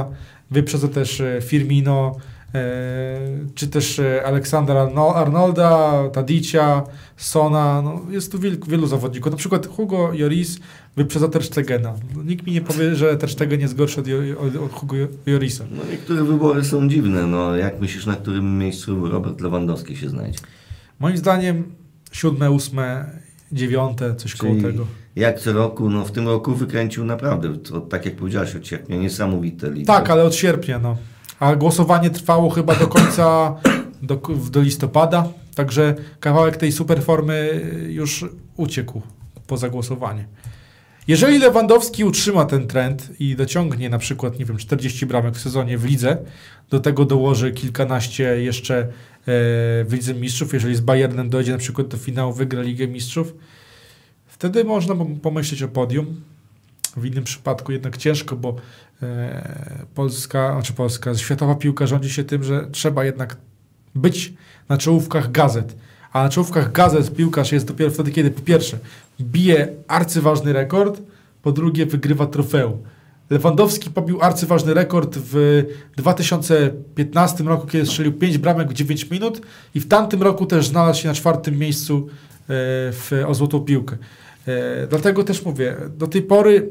wyprzedza też Firmino, czy też Aleksandra Arnolda, Tadicia, Sona, no jest tu wielu, wielu zawodników. Na przykład Hugo Lloris wyprzedza Ter Stegena. No, nikt mi nie powie, że Ter Stegen jest gorszy od, od, od Hugo Llorisa. No niektóre wybory są dziwne. No, jak myślisz, na którym miejscu Robert Lewandowski się znajdzie? Moim zdaniem siódme, ósme, dziewiąte, coś Czyli koło tego. Jak co roku, no w tym roku wykręcił naprawdę, to, tak jak powiedziałeś, od sierpnia, niesamowite liczby. Tak, ale od sierpnia, no. A głosowanie trwało chyba do końca, do, do listopada, także kawałek tej superformy już uciekł po zagłosowaniu. Jeżeli Lewandowski utrzyma ten trend i dociągnie na przykład, nie wiem, czterdzieści bramek w sezonie w lidze, do tego dołoży kilkanaście jeszcze e, w Lidze Mistrzów, jeżeli z Bayernem dojdzie na przykład do finału, wygra Ligę Mistrzów, wtedy można pomyśleć o podium. W innym przypadku jednak ciężko, bo e, Polska, znaczy Polska, światowa piłka rządzi się tym, że trzeba jednak być na czołówkach gazet. A na czołówkach gazet piłkarz jest dopiero wtedy, kiedy po pierwsze bije arcyważny rekord, po drugie wygrywa trofeum. Lewandowski pobił arcyważny rekord w dwa tysiące piętnastym roku, kiedy strzelił pięć bramek w dziewięć minut i w tamtym roku też znalazł się na czwartym miejscu e, w, o złotą piłkę. E, dlatego też mówię, do tej pory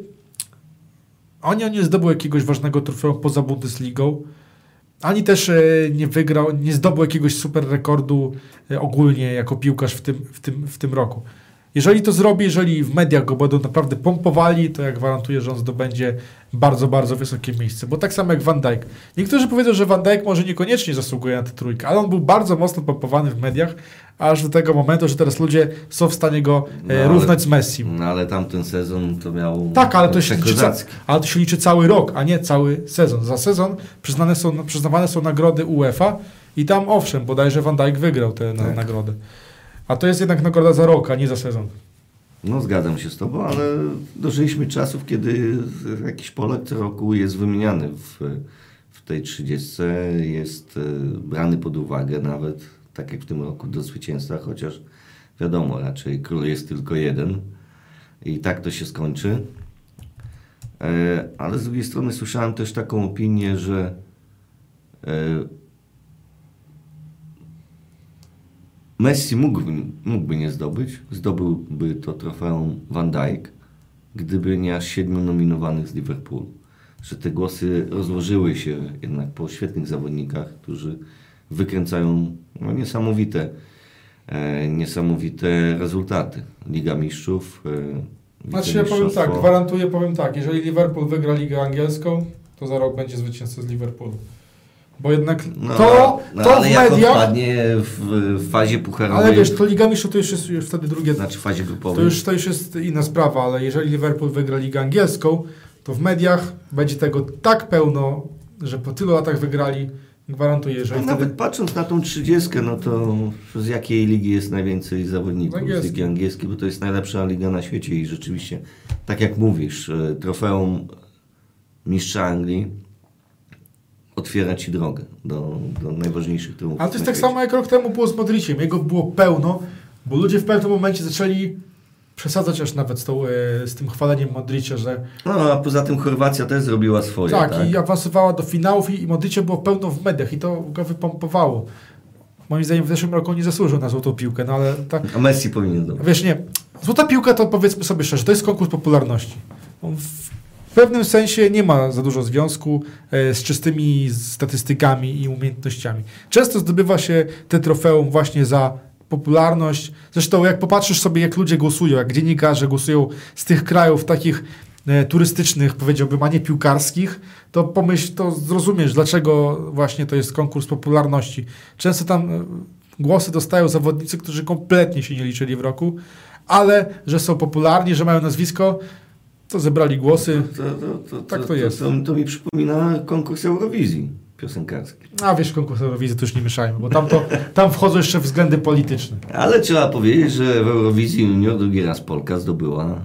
on nie zdobył jakiegoś ważnego trofeum poza Bundesligą, ani też e, nie wygrał, nie zdobył jakiegoś super rekordu e, ogólnie jako piłkarz w tym, w, tym, w tym roku. Jeżeli to zrobi, jeżeli w mediach go będą naprawdę pompowali, to ja gwarantuję, że on zdobędzie bardzo, bardzo wysokie miejsce. Bo tak samo jak Van Dijk. Niektórzy powiedzą, że Van Dijk może niekoniecznie zasługuje na tę trójkę, ale on był bardzo mocno pompowany w mediach, aż do tego momentu, że teraz ludzie są w stanie go e, no, równać ale, z Messi. No ale tamten sezon to miał... Tak, ale to, się liczy, ale to się liczy cały rok, a nie cały sezon. Za sezon przyznane są, przyznawane są nagrody UEFA i tam owszem, bodajże Van Dijk wygrał tę tak. nagrodę. A to jest jednak nagroda za rok, a nie za sezon. No zgadzam się z Tobą, ale dożyliśmy czasów, kiedy jakiś Polak co roku jest wymieniany w, w tej trzydziestce, jest brany pod uwagę nawet, tak jak w tym roku, do zwycięstwa, chociaż wiadomo, raczej król jest tylko jeden i tak to się skończy. Ale z drugiej strony słyszałem też taką opinię, że Messi mógłby, mógłby nie zdobyć, zdobyłby to trofeum Van Dijk, gdyby nie aż siedmiu nominowanych z Liverpoolu. Że te głosy rozłożyły się jednak po świetnych zawodnikach, którzy wykręcają no, niesamowite, e, niesamowite rezultaty. Liga Mistrzów, e, Znaczy ja powiem tak, gwarantuję, powiem tak, jeżeli Liverpool wygra Ligę Angielską, to za rok będzie zwycięzcą z Liverpoolu. Bo jednak no, to, no, to ale w jak mediach... odpadnie w, w fazie pucharowej... Ale wiesz, to Liga Mistrzów to już jest już wtedy drugie... Znaczy w fazie grupowej. To już, to już jest inna sprawa, ale jeżeli Liverpool wygra Ligę Angielską, to w mediach będzie tego tak pełno, że po tylu latach wygrali, gwarantuję, że... No, wtedy... Nawet patrząc na tą trzydziestkę, no to z jakiej ligi jest najwięcej zawodników? Z Ligi Angielskiej, bo to jest najlepsza liga na świecie i rzeczywiście, tak jak mówisz, trofeum mistrza Anglii otwiera Ci drogę do, do najważniejszych triumfów. Ale to jest tak samo jak rok temu było z Modriciem. Jego było pełno, bo ludzie w pewnym momencie zaczęli przesadzać aż nawet z, tą, z tym chwaleniem Modricia, że... No, a poza tym Chorwacja też zrobiła swoje. Tak, tak? i awansowała do finałów i, i Modricia było pełno w mediach i to go wypompowało. Moim zdaniem w zeszłym roku nie zasłużył na złotą piłkę, no ale... Tak, a Messi powinien zdobyć. Wiesz, nie. Złota piłka to powiedzmy sobie szczerze, to jest konkurs popularności. On w W pewnym sensie nie ma za dużo związku e, z czystymi statystykami i umiejętnościami. Często zdobywa się te trofeum właśnie za popularność. Zresztą jak popatrzysz sobie, jak ludzie głosują, jak dziennikarze głosują z tych krajów takich e, turystycznych, powiedziałbym, a nie piłkarskich, to pomyśl, to zrozumiesz, dlaczego właśnie to jest konkurs popularności. Często tam e, głosy dostają zawodnicy, którzy kompletnie się nie liczyli w roku, ale że są popularni, że mają nazwisko, to zebrali głosy. To, to, to, tak to, to jest. To, to mi przypomina konkurs Eurowizji piosenkarski. A wiesz, konkurs Eurowizji to już nie mieszajmy, bo tam, to, tam wchodzą jeszcze względy polityczne. Ale trzeba powiedzieć, że w Eurowizji Junior drugi raz Polka zdobyła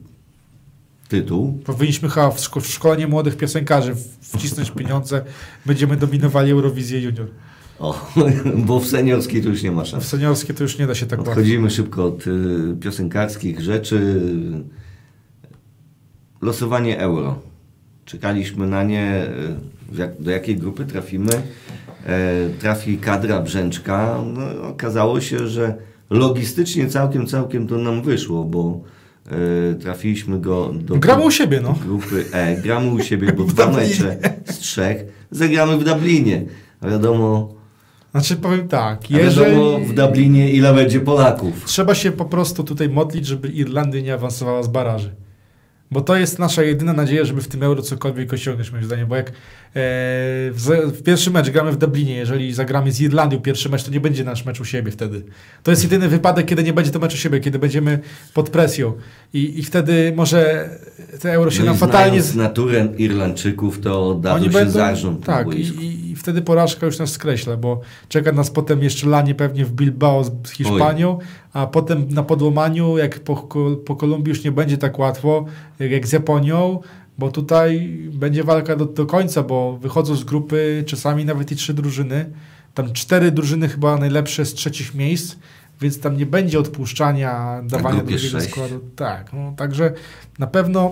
tytuł. Powinniśmy chyba w, szko- w szkolenie młodych piosenkarzy wcisnąć pieniądze. Będziemy dominowali Eurowizję Junior. O, bo w seniorskiej to już nie ma szans. W seniorskie to już nie da się tak łatwo. Odchodzimy szybko od y, piosenkarskich rzeczy. Losowanie euro. Czekaliśmy na nie. jak, do jakiej grupy trafimy, e, trafi kadra Brzęczka. No, okazało się, że logistycznie całkiem, całkiem to nam wyszło, bo e, trafiliśmy go do gramy u siebie, no. grupy E. Gramy u siebie, bo dwa mecze z trzech zagramy w Dublinie. A wiadomo, Znaczy powiem tak, a jeżeli... wiadomo w Dublinie ile będzie Polaków. Trzeba się po prostu tutaj modlić, żeby Irlandia nie awansowała z baraży. Bo to jest nasza jedyna nadzieja, żeby w tym Euro cokolwiek osiągnąć, moim zdaniem. Bo jak e, w, w pierwszy mecz gramy w Dublinie, jeżeli zagramy z Irlandią pierwszy mecz, to nie będzie nasz mecz u siebie wtedy. To jest jedyny wypadek, kiedy nie będzie to mecz u siebie, kiedy będziemy pod presją. I, i wtedy może te Euro się No nam i fatalnie... znając naturę Irlandczyków, to dadzą Oni się będą, zarżną. tak, i, i wtedy porażka już nas skreśla, bo czeka nas potem jeszcze lanie pewnie w Bilbao z, z Hiszpanią, Oj. a potem na podłamaniu, jak po, po Kolumbii już nie będzie tak łatwo, jak, jak z Japonią, bo tutaj będzie walka do, do końca, bo wychodzą z grupy czasami nawet i trzy drużyny, tam cztery drużyny chyba najlepsze z trzecich miejsc, więc tam nie będzie odpuszczania, dawania drugiego składu. Tak, no, także na pewno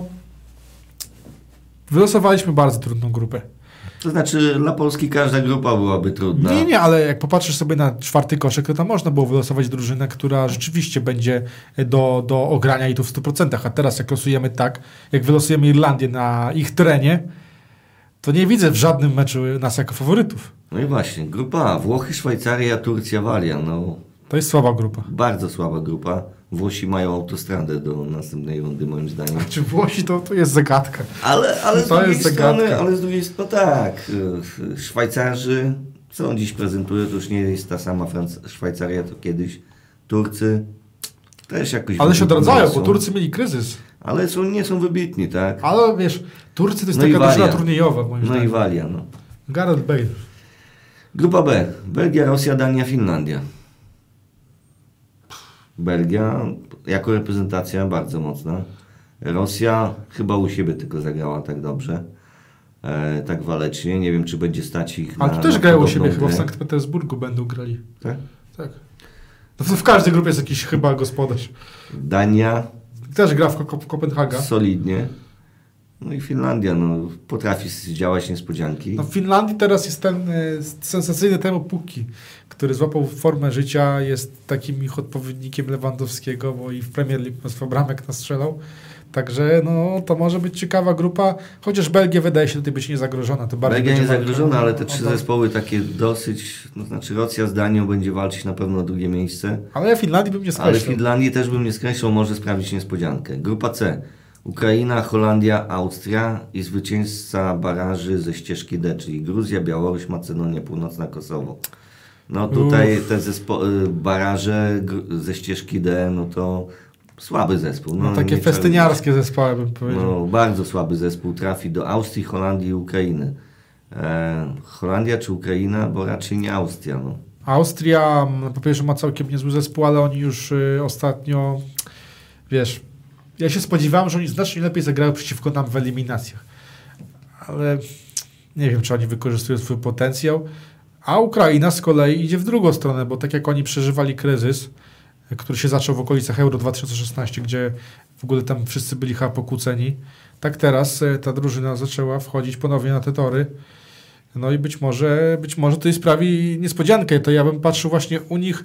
wylosowaliśmy bardzo trudną grupę. To znaczy dla Polski każda grupa byłaby trudna. Nie, nie, ale jak popatrzysz sobie na czwarty koszyk, to tam można było wylosować drużynę, która rzeczywiście będzie do, do ogrania i to w stu procentach. A teraz jak losujemy tak, jak wylosujemy Irlandię na ich terenie, to nie widzę w żadnym meczu nas jako faworytów. No i właśnie, grupa A. Włochy, Szwajcaria, Turcja, Walia. No, to jest słaba grupa. Bardzo słaba grupa. Włosi mają autostradę do następnej rundy, moim zdaniem. Czy Włosi to, to jest zagadka. Ale, ale, z to drugiej jest strony, zagadka. ale z drugiej strony tak. Szwajcarzy, co on dziś prezentuje, to już nie jest ta sama Franc- Szwajcaria, to kiedyś. Turcy też jakoś... Ale się odradzają, są. bo Turcy mieli kryzys. Ale są, nie są wybitni, tak? Ale wiesz, Turcy to jest No taka drużyna Walia. turniejowa, moim No zdaniem. i Walia, no. Gareth Bale. Grupa B. Belgia, Rosja, Dania, Finlandia. Belgia jako reprezentacja bardzo mocna. Rosja chyba u siebie tylko zagrała tak dobrze. E, tak walecznie. Nie wiem, czy będzie stać ich Ale na, tu też na grają u podobną siebie, chyba w grę. Sankt Petersburgu będą grali. Tak? Tak. No to w każdej grupie jest jakiś chyba gospodarz. Dania Też gra w Ko- Kopenhaga. solidnie. No i Finlandia no, potrafi zdziałać niespodzianki. No w Finlandii teraz jest ten e, sensacyjny Temo Pukki, który złapał formę życia, jest takim ich odpowiednikiem Lewandowskiego, bo i w Premier League mnóstwo bramek nastrzelał. Także no, to może być ciekawa grupa, chociaż Belgia wydaje się tutaj być niezagrożona. To bardziej Belgia nie będzie zagrożona, walka ale o- te o trzy to. zespoły takie dosyć, no znaczy Rosja z Danią będzie walczyć na pewno o drugie miejsce. Ale ja Finlandii bym nie Ale skreślał. Finlandii też bym nie skreślał, może sprawić niespodziankę. Grupa C. Ukraina, Holandia, Austria i zwycięzca baraży ze ścieżki D, czyli Gruzja, Białoruś, Macedonia Północna, Kosowo. No tutaj Uff. te zespo- y, baraże gr- ze ścieżki D, no to słaby zespół. No, No, takie nie festyniarskie zespoły bym powiedział. No, bardzo słaby zespół trafi do Austrii, Holandii i Ukrainy. E, Holandia czy Ukraina, bo raczej nie Austria. No. Austria m, po pierwsze ma całkiem niezły zespół, ale oni już y, ostatnio, wiesz, ja się spodziewałem, że oni znacznie lepiej zagrają przeciwko nam w eliminacjach. Ale nie wiem, czy oni wykorzystują swój potencjał. A Ukraina z kolei idzie w drugą stronę, bo tak jak oni przeżywali kryzys, który się zaczął w okolicach Euro dwa tysiące szesnaście, gdzie w ogóle tam wszyscy byli chyba pokłóceni, tak teraz e, ta drużyna zaczęła wchodzić ponownie na te tory. No i być może, być może to sprawi niespodziankę. To ja bym patrzył właśnie u nich,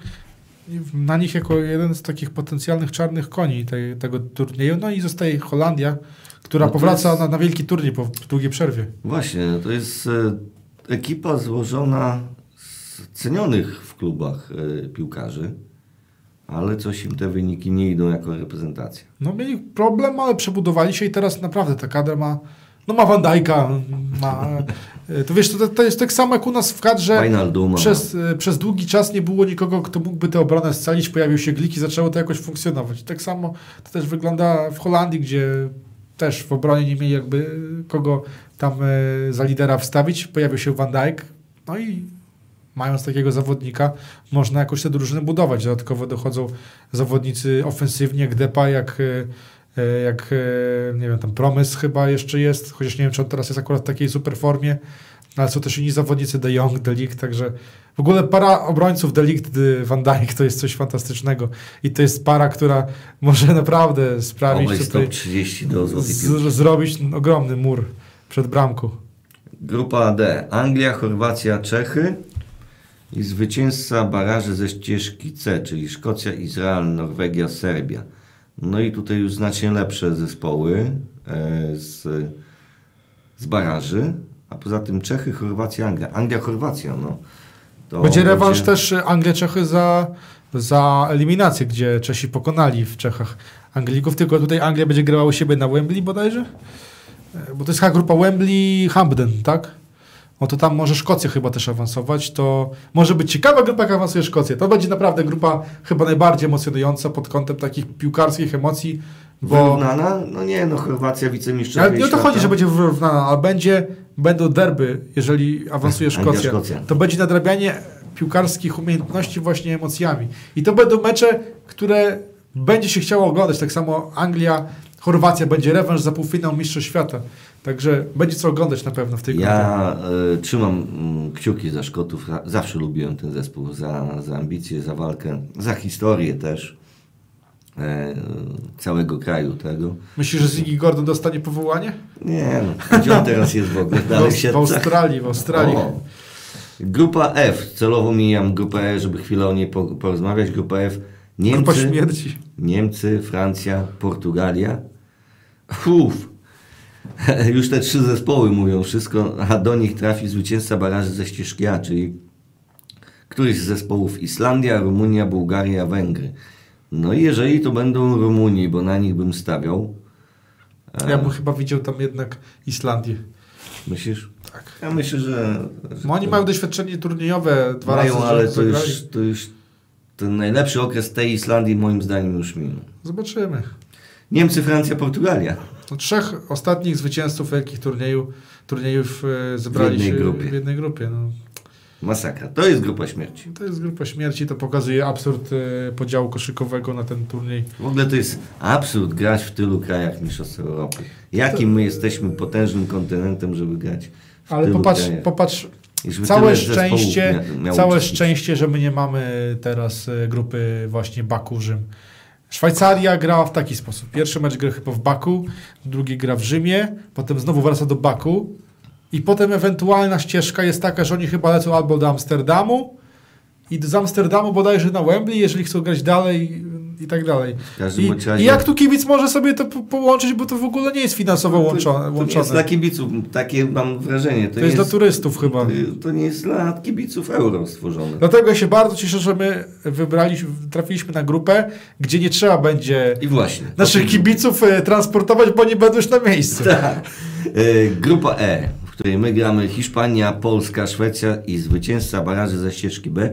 na nich jako jeden z takich potencjalnych czarnych koni tej, tego turnieju. No i zostaje Holandia, która No to powraca jest- na, na wielki turniej po długiej przerwie. Właśnie, to jest e, ekipa złożona z cenionych w klubach e, piłkarzy, ale coś im te wyniki nie idą jako reprezentacja. No mieli problem, ale przebudowali się i teraz naprawdę ta kadra ma, no ma Van Dijk'a, ma, e, to wiesz, to, to jest tak samo jak u nas w kadrze. Wijnalduma. Przez, e, przez długi czas nie było nikogo, kto mógłby tę obronę scalić, pojawił się Glik i zaczęło to jakoś funkcjonować. Tak samo to też wygląda w Holandii, gdzie też w obronie nie mieli jakby kogo tam e, za lidera wstawić. Pojawił się Van Dijk, no i mając takiego zawodnika, można jakoś te drużyny budować. Dodatkowo dochodzą zawodnicy ofensywni, jak Depay, jak, e, jak e, nie wiem, tam Promes chyba jeszcze jest, chociaż nie wiem, czy on teraz jest akurat w takiej super formie, ale są też inni zawodnicy, De Jong, De Ligt, także w ogóle para obrońców De Ligt, Van Dijk to jest coś fantastycznego i to jest para, która może naprawdę sprawić Obaj tutaj, top trzydzieści do złotej piłki. z, zrobić ogromny mur przed bramką. Grupa D. Anglia, Chorwacja, Czechy i zwycięzca baraży ze ścieżki C, czyli Szkocja, Izrael, Norwegia, Serbia. No i tutaj już znacznie lepsze zespoły e, z, z baraży, a poza tym Czechy, Chorwacja, Anglia. Anglia, Chorwacja, no. To Będzie rewanż będzie... też Anglia-Czechy za, za eliminację, gdzie Czesi pokonali w Czechach Anglików, tylko tutaj Anglia będzie grała u siebie na Wembley bodajże? Bo to jest chyba grupa Wembley-Hampden, tak? No to tam może Szkocja chyba też awansować, to może być ciekawa grupa, jak awansuje Szkocja. To będzie naprawdę grupa chyba najbardziej emocjonująca pod kątem takich piłkarskich emocji, bo... Wyrównana? No nie, no Chorwacja, wicemistrzowie Ale nie o to chodzi, że będzie wyrównana, ale będzie, będą derby, jeżeli awansuje Szkocja. Szkocja. To będzie nadrabianie piłkarskich umiejętności właśnie emocjami. I to będą mecze, które będzie się chciało oglądać. Tak samo Anglia, Chorwacja, będzie rewanż za półfinał Mistrzostw Świata. Także będzie co oglądać na pewno w tej grupie. Ja y, trzymam y, kciuki za Szkotów. Zawsze lubiłem ten zespół. Za, za ambicje, za walkę, za historię też y, całego kraju tego. Myślisz, że Ziggy Gordon dostanie powołanie? Nie, no. Gdzie on teraz jest w ogóle? Dalej w, w Australii, w Australii. O. Grupa F. Celowo mijam grupę E, żeby chwilę o niej po, porozmawiać. Grupa F. Niemcy, Grupa śmierci. Niemcy, Francja, Portugalia. Uff. Już te trzy zespoły mówią wszystko, a do nich trafi zwycięzca baraży ze ścieżki A, czyli któryś z zespołów Islandia, Rumunia, Bułgaria, Węgry. No i jeżeli to będą Rumunii, bo na nich bym stawiał. Ja bym chyba widział tam jednak Islandię. Myślisz? Tak. Ja myślę, że... że no oni to... mają doświadczenie turniejowe, dwa mają, razy ale to zagrali. już, to już ten najlepszy okres tej Islandii moim zdaniem już minął. Zobaczymy. Niemcy, Francja, Portugalia. No, trzech ostatnich zwycięzców wielkich turnieju, turniejów e, zebrali w jednej się grupie. w jednej grupie. No. Masakra. To jest grupa śmierci. To jest grupa śmierci, to pokazuje absurd e, podziału koszykowego na ten turniej. W ogóle to jest absurd grać w tylu krajach Mistrzostw Europy. Jakim my jesteśmy potężnym kontynentem, żeby grać w Ale tylu popatrz, krajach. popatrz I żeby całe tyle zespołów szczęście, mia- miało całe uczestniczyć. szczęście, że my nie mamy teraz e, grupy właśnie Baku-Rzym. Szwajcaria grała w taki sposób. Pierwszy mecz gra chyba w Baku, drugi gra w Rzymie, potem znowu wraca do Baku i potem ewentualna ścieżka jest taka, że oni chyba lecą albo do Amsterdamu i z Amsterdamu bodajże na Wembley, jeżeli chcą grać dalej i tak dalej. W każdym I, bądź razie- I jak tu kibic może sobie to po- połączyć, bo to w ogóle nie jest finansowo łączone. To, to nie łączone. jest dla kibiców, takie mam wrażenie. To, To jest dla turystów chyba. To, to nie jest dla kibiców euro stworzone. Dlatego się bardzo cieszę, że my wybraliśmy, trafiliśmy na grupę, gdzie nie trzeba będzie I właśnie. naszych o tym- kibiców e, transportować, bo nie będą już na miejscu. Tak. E, Grupa E, w której my gramy Hiszpania, Polska, Szwecja i zwycięzca baraży ze ścieżki B.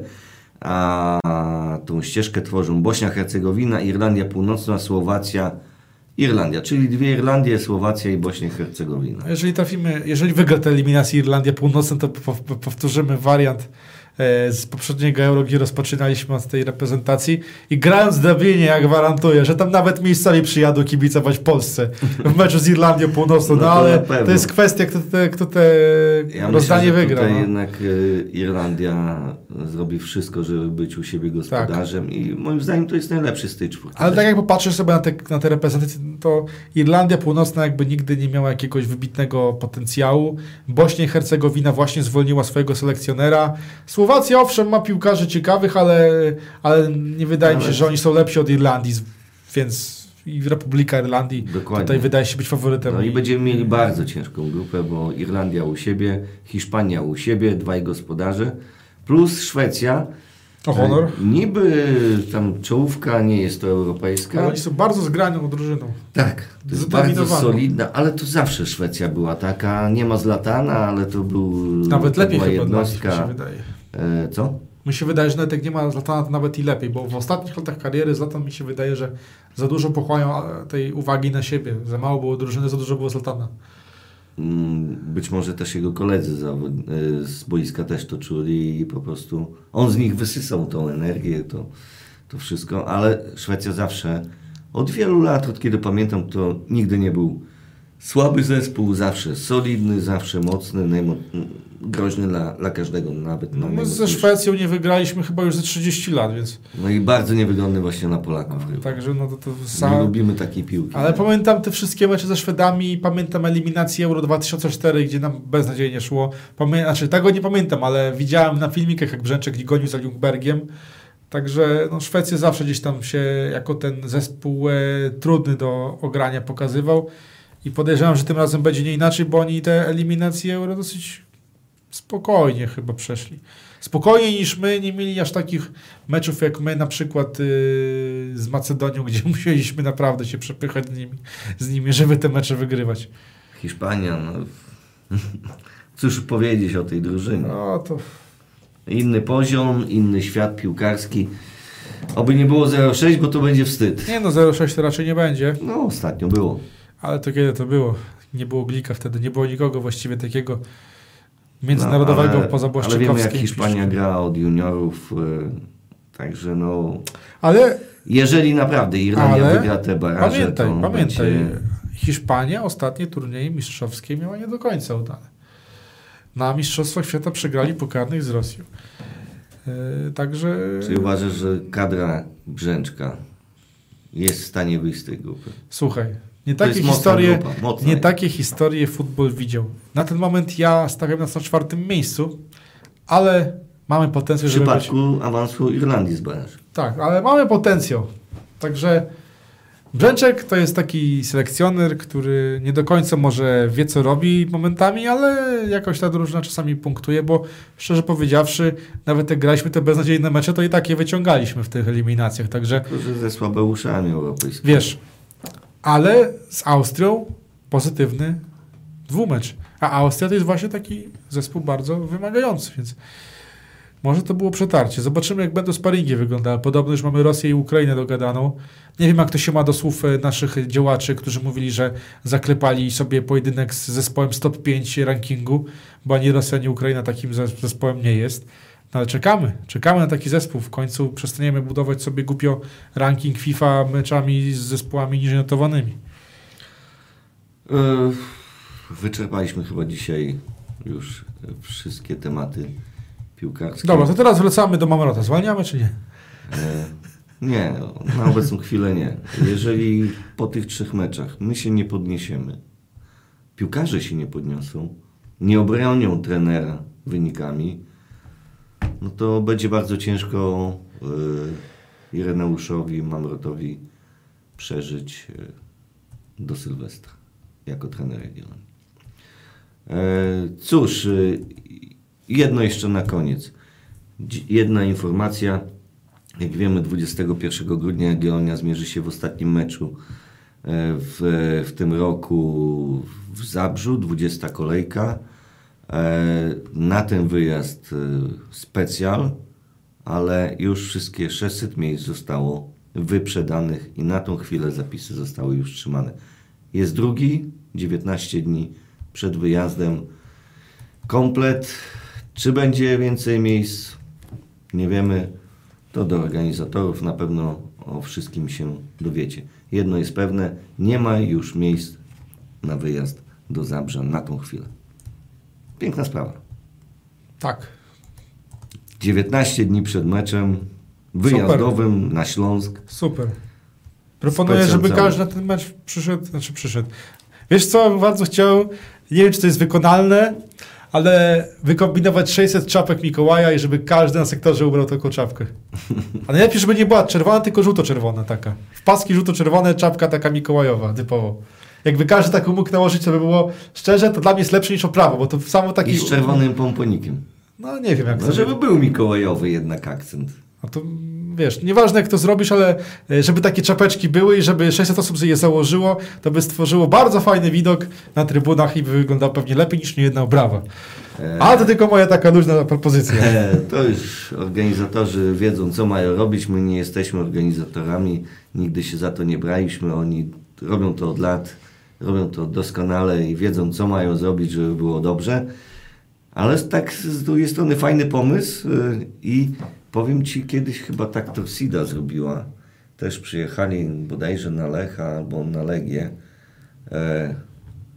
A tą ścieżkę tworzą Bośnia, Hercegowina, Irlandia Północna, Słowacja, Irlandia. Czyli dwie Irlandie, Słowacja i Bośnia i Hercegowina. Jeżeli trafimy, jeżeli wygra tę eliminację Irlandia Północna, to po, po, powtórzymy wariant e, z poprzedniego Euro, gdzie rozpoczynaliśmy od tej reprezentacji i grając w Dublinie, ja gwarantuję, że tam nawet miejscowi przyjadą kibicować w Polsce w meczu z Irlandią Północną, no, No to ale na pewno. to jest kwestia, kto te, kto te Ja rozdanie myślę, że wygra. tutaj No. jednak y, Irlandia zrobi wszystko, żeby być u siebie gospodarzem i moim zdaniem to jest najlepszy z tej czwórki. Ale tak jak popatrzysz sobie na te, na te reprezentacje, to Irlandia Północna jakby nigdy nie miała jakiegoś wybitnego potencjału. Bośnia i Hercegowina właśnie zwolniła swojego selekcjonera. Słowacja owszem ma piłkarzy ciekawych, ale, ale nie wydaje mi się, Ale- że oni są lepsi od Irlandii, więc i Republika Irlandii Dokładnie. tutaj wydaje się być faworytem. No i będziemy mieli bardzo ciężką grupę, bo Irlandia u siebie, Hiszpania u siebie, dwaj gospodarze, plus Szwecja. O honor. E, Niby tam czołówka nie jest to europejska. Ale oni są bardzo zgraną drużyną. Tak, to jest bardzo Zdeterminowaną. solidna, ale to zawsze Szwecja była taka, nie ma Zlatana, ale to był Nawet to lepiej była chyba dla nich, mi jednostka. się wydaje. E, co? Mi się wydaje, że nawet jak nie ma Zlatana, to nawet i lepiej, bo w ostatnich latach kariery Zlatan mi się wydaje, że za dużo pochłaniał a, tej uwagi na siebie. Za mało było drużyny, za dużo było Zlatana. Mm, Być może też jego koledzy zawod- e, z boiska też to czuli i po prostu on z nich wysysał tą energię, to, to wszystko, ale Szwecja zawsze, od wielu lat, od kiedy pamiętam, to nigdy nie był Słaby zespół, zawsze solidny, zawsze mocny, najmo- groźny dla, dla każdego, nawet No na my ze najmocniejszych. Szwecją nie wygraliśmy chyba już ze trzydzieści lat, więc... No i bardzo niewygodny właśnie na Polaków. chyba. Także no to... to Nie sam... lubimy takiej piłki. Ale nie? pamiętam te wszystkie mecze ze Szwedami, pamiętam eliminację Euro dwa tysiące cztery, gdzie nam beznadziejnie szło. Pamię... Znaczy, tego nie pamiętam, ale widziałem na filmikach, jak Brzęczek gonił za Ljungbergiem. Także no, Szwecja zawsze gdzieś tam się jako ten zespół e, trudny do ogrania pokazywał. I podejrzewam, że tym razem będzie nie inaczej, bo oni te eliminacje Euro dosyć spokojnie chyba przeszli. Spokojniej niż my, nie mieli aż takich meczów jak my, na przykład yy, z Macedonią, gdzie musieliśmy naprawdę się przepychać z nimi, z nimi, żeby te mecze wygrywać. Hiszpania, no... Cóż powiedzieć o tej drużynie. No to... Inny poziom, inny świat piłkarski. Oby nie było zero sześć, bo to będzie wstyd. Nie no, zero sześć to raczej nie będzie, No, ostatnio było. ale to kiedy to było? Nie było Glika wtedy, nie było nikogo właściwie takiego międzynarodowego no, ale, poza ale Błaszczykowskim. wiemy, jak Hiszpania gra od juniorów. Y, także no... Ale Jeżeli naprawdę Irlandia Ale wygra te baraże, pamiętaj, to pamiętaj, będzie... Hiszpania ostatnie turnieje mistrzowskie miała nie do końca udane. Na Mistrzostwach Świata przegrali po karnych z Rosją. Yy, także... Czy uważasz, że kadra Brzęczka jest w stanie wyjść z tej grupy? Słuchaj, nie To takie jest mocna historie, grupa, mocna nie jest. takie historie futbol widział. Na ten moment ja stawiam nas na czwartym miejscu, ale mamy W potencjał, żeby być... przypadku awansu Irlandii z baraży. Tak, ale mamy potencjał. Także Brzęczek to jest taki selekcjoner, który nie do końca może wie, co robi momentami, ale jakoś ta drużyna czasami punktuje, bo szczerze powiedziawszy, nawet jak graliśmy te beznadziejne mecze, to i tak je wyciągaliśmy w tych eliminacjach. Także Tylko, że ze słabeuszami europejskimi. wiesz, ale z Austrią pozytywny dwumecz. A Austria to jest właśnie taki zespół bardzo wymagający, więc może to było przetarcie. Zobaczymy, jak będą sparingi wyglądały. Podobno już mamy Rosję i Ukrainę dogadaną. Nie wiem, jak to się ma do słów e, naszych działaczy, którzy mówili, że zaklepali sobie pojedynek z zespołem z top pięć rankingu, bo ani Rosja, ani Ukraina takim zes- zespołem nie jest. No ale czekamy. Czekamy na taki zespół. W końcu przestaniemy budować sobie głupio ranking FIFA meczami z zespołami niżej notowanymi. Yy, wyczerpaliśmy chyba dzisiaj już wszystkie tematy piłkarskie. Dobra, to teraz wracamy do Mamrota. Zwalniamy czy nie? E, nie, na obecną chwilę nie. Jeżeli po tych trzech meczach my się nie podniesiemy, piłkarze się nie podniosą, nie obronią trenera wynikami, no to będzie bardzo ciężko y, Ireneuszowi Mamrotowi przeżyć y, do Sylwestra jako trener Jagiellonii. E, cóż, y, jedno jeszcze na koniec. Dzi- Jedna informacja. Jak wiemy, dwudziestego pierwszego grudnia Jagiellonia zmierzy się w ostatnim meczu e, w, w tym roku w Zabrzu, dwudziesta kolejka. E, Na ten wyjazd e, specjal, ale już wszystkie sześćset miejsc zostało wyprzedanych i na tą chwilę zapisy zostały już trzymane. Jest drugi, dziewiętnaście dni przed wyjazdem. Komplet. Czy będzie więcej miejsc? Nie wiemy. To do organizatorów na pewno o wszystkim się dowiecie. Jedno jest pewne, nie ma już miejsc na wyjazd do Zabrza na tą chwilę. Piękna sprawa. Tak. dziewiętnaście dni przed meczem wyjazdowym Super. na Śląsk. Super. Proponuję, Specjal żeby cały. każdy na ten mecz przyszedł, znaczy przyszedł. Wiesz co, bym bardzo chciał, nie wiem, czy to jest wykonalne, ale wykombinować sześćset czapek Mikołaja i żeby każdy na sektorze ubrał taką czapkę. A najlepiej, żeby nie była czerwona, tylko żółto-czerwona taka. W paski żółto-czerwone, czapka taka mikołajowa, typowo. Jakby każdy taką mógł nałożyć, to by było szczerze, to dla mnie jest lepsze niż oprawa, bo to samo taki... I z czerwonym pomponikiem. No nie wiem, jak No, to... żeby był mikołajowy jednak akcent. A to wiesz, nieważne jak to zrobisz, ale e, żeby takie czapeczki były i żeby sześćset osób sobie je założyło, to by stworzyło bardzo fajny widok na trybunach i by wyglądał pewnie lepiej niż niejedna obrawa. E... Ale to tylko moja taka luźna propozycja. E, to już organizatorzy wiedzą, co mają robić. My nie jesteśmy organizatorami, nigdy się za to nie braliśmy. Oni robią to od lat, robią to doskonale i wiedzą, co mają zrobić, żeby było dobrze. Ale tak z drugiej strony fajny pomysł y, i powiem Ci, kiedyś chyba tak Torsida zrobiła. Też przyjechali bodajże na Lecha albo na Legię. E,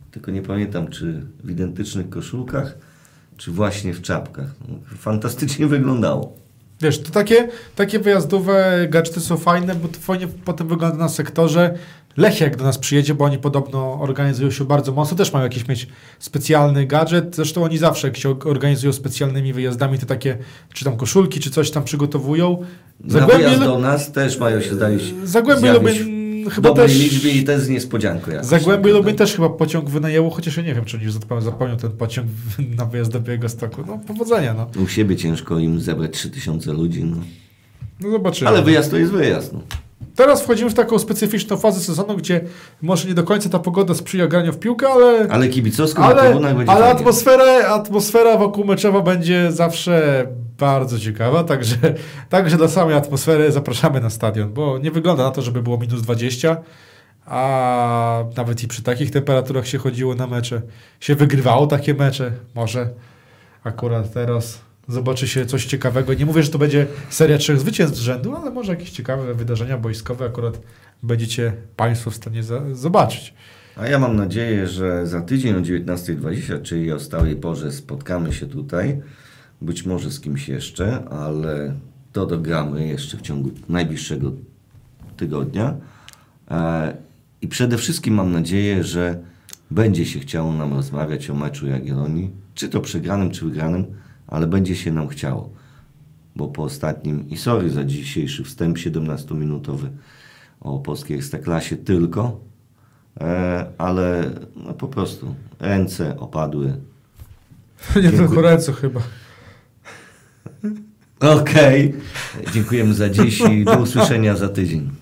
tylko nie pamiętam, czy w identycznych koszulkach, czy właśnie w czapkach. No, fantastycznie wyglądało. Wiesz, to takie, takie wyjazdowe gadżety są fajne, bo to fajnie potem wygląda na sektorze. Lechia jak do nas przyjedzie, bo oni podobno organizują się bardzo mocno, też mają jakiś mieć specjalny gadżet. Zresztą oni zawsze jak się organizują specjalnymi wyjazdami, to takie, czy tam koszulki, czy coś tam przygotowują. Zagłębie, na wyjazd do nas też mają się zdaje się Zagłębie Lubin chyba dobrej też... liczbie i też z niespodzianką. Zagłębie Lubin też chyba pociąg wynajęło, chociaż ja nie wiem, czy oni już zapełnią ten pociąg na wyjazd do Białegostoku. No powodzenia, no. U siebie ciężko im zebrać trzy tysiące ludzi, no. No zobaczymy. Ale wyjazd to jest wyjazd, no. Teraz wchodzimy w taką specyficzną fazę sezonu, gdzie może nie do końca ta pogoda sprzyja graniu w piłkę, ale... Ale kibicowsko ale, na trybunach będzie Ale fajnie. atmosfera, atmosfera wokół meczowa będzie zawsze bardzo ciekawa, także, także dla samej atmosfery zapraszamy na stadion, bo nie wygląda na to, żeby było minus dwadzieścia, a nawet i przy takich temperaturach się chodziło na mecze. Się wygrywało takie mecze. Może akurat teraz zobaczy się coś ciekawego. Nie mówię, że to będzie seria trzech zwycięstw z rzędu, ale może jakieś ciekawe wydarzenia boiskowe akurat będziecie Państwo w stanie za- zobaczyć. A ja mam nadzieję, że za tydzień o dziewiętnasta dwadzieścia, czyli o stałej porze, spotkamy się tutaj. Być może z kimś jeszcze, ale to dogramy jeszcze w ciągu najbliższego tygodnia. E, I przede wszystkim mam nadzieję, że będzie się chciało nam rozmawiać o meczu Jagiellonii, czy to przegranym, czy wygranym, ale będzie się nam chciało. Bo po ostatnim, i sorry za dzisiejszy wstęp siedemnastominutowy o polskiej ekstraklasie tylko, e, ale no po prostu ręce opadły. Nie tylko ręce chyba. Okej, okay. Dziękujemy za dziś i do usłyszenia za tydzień.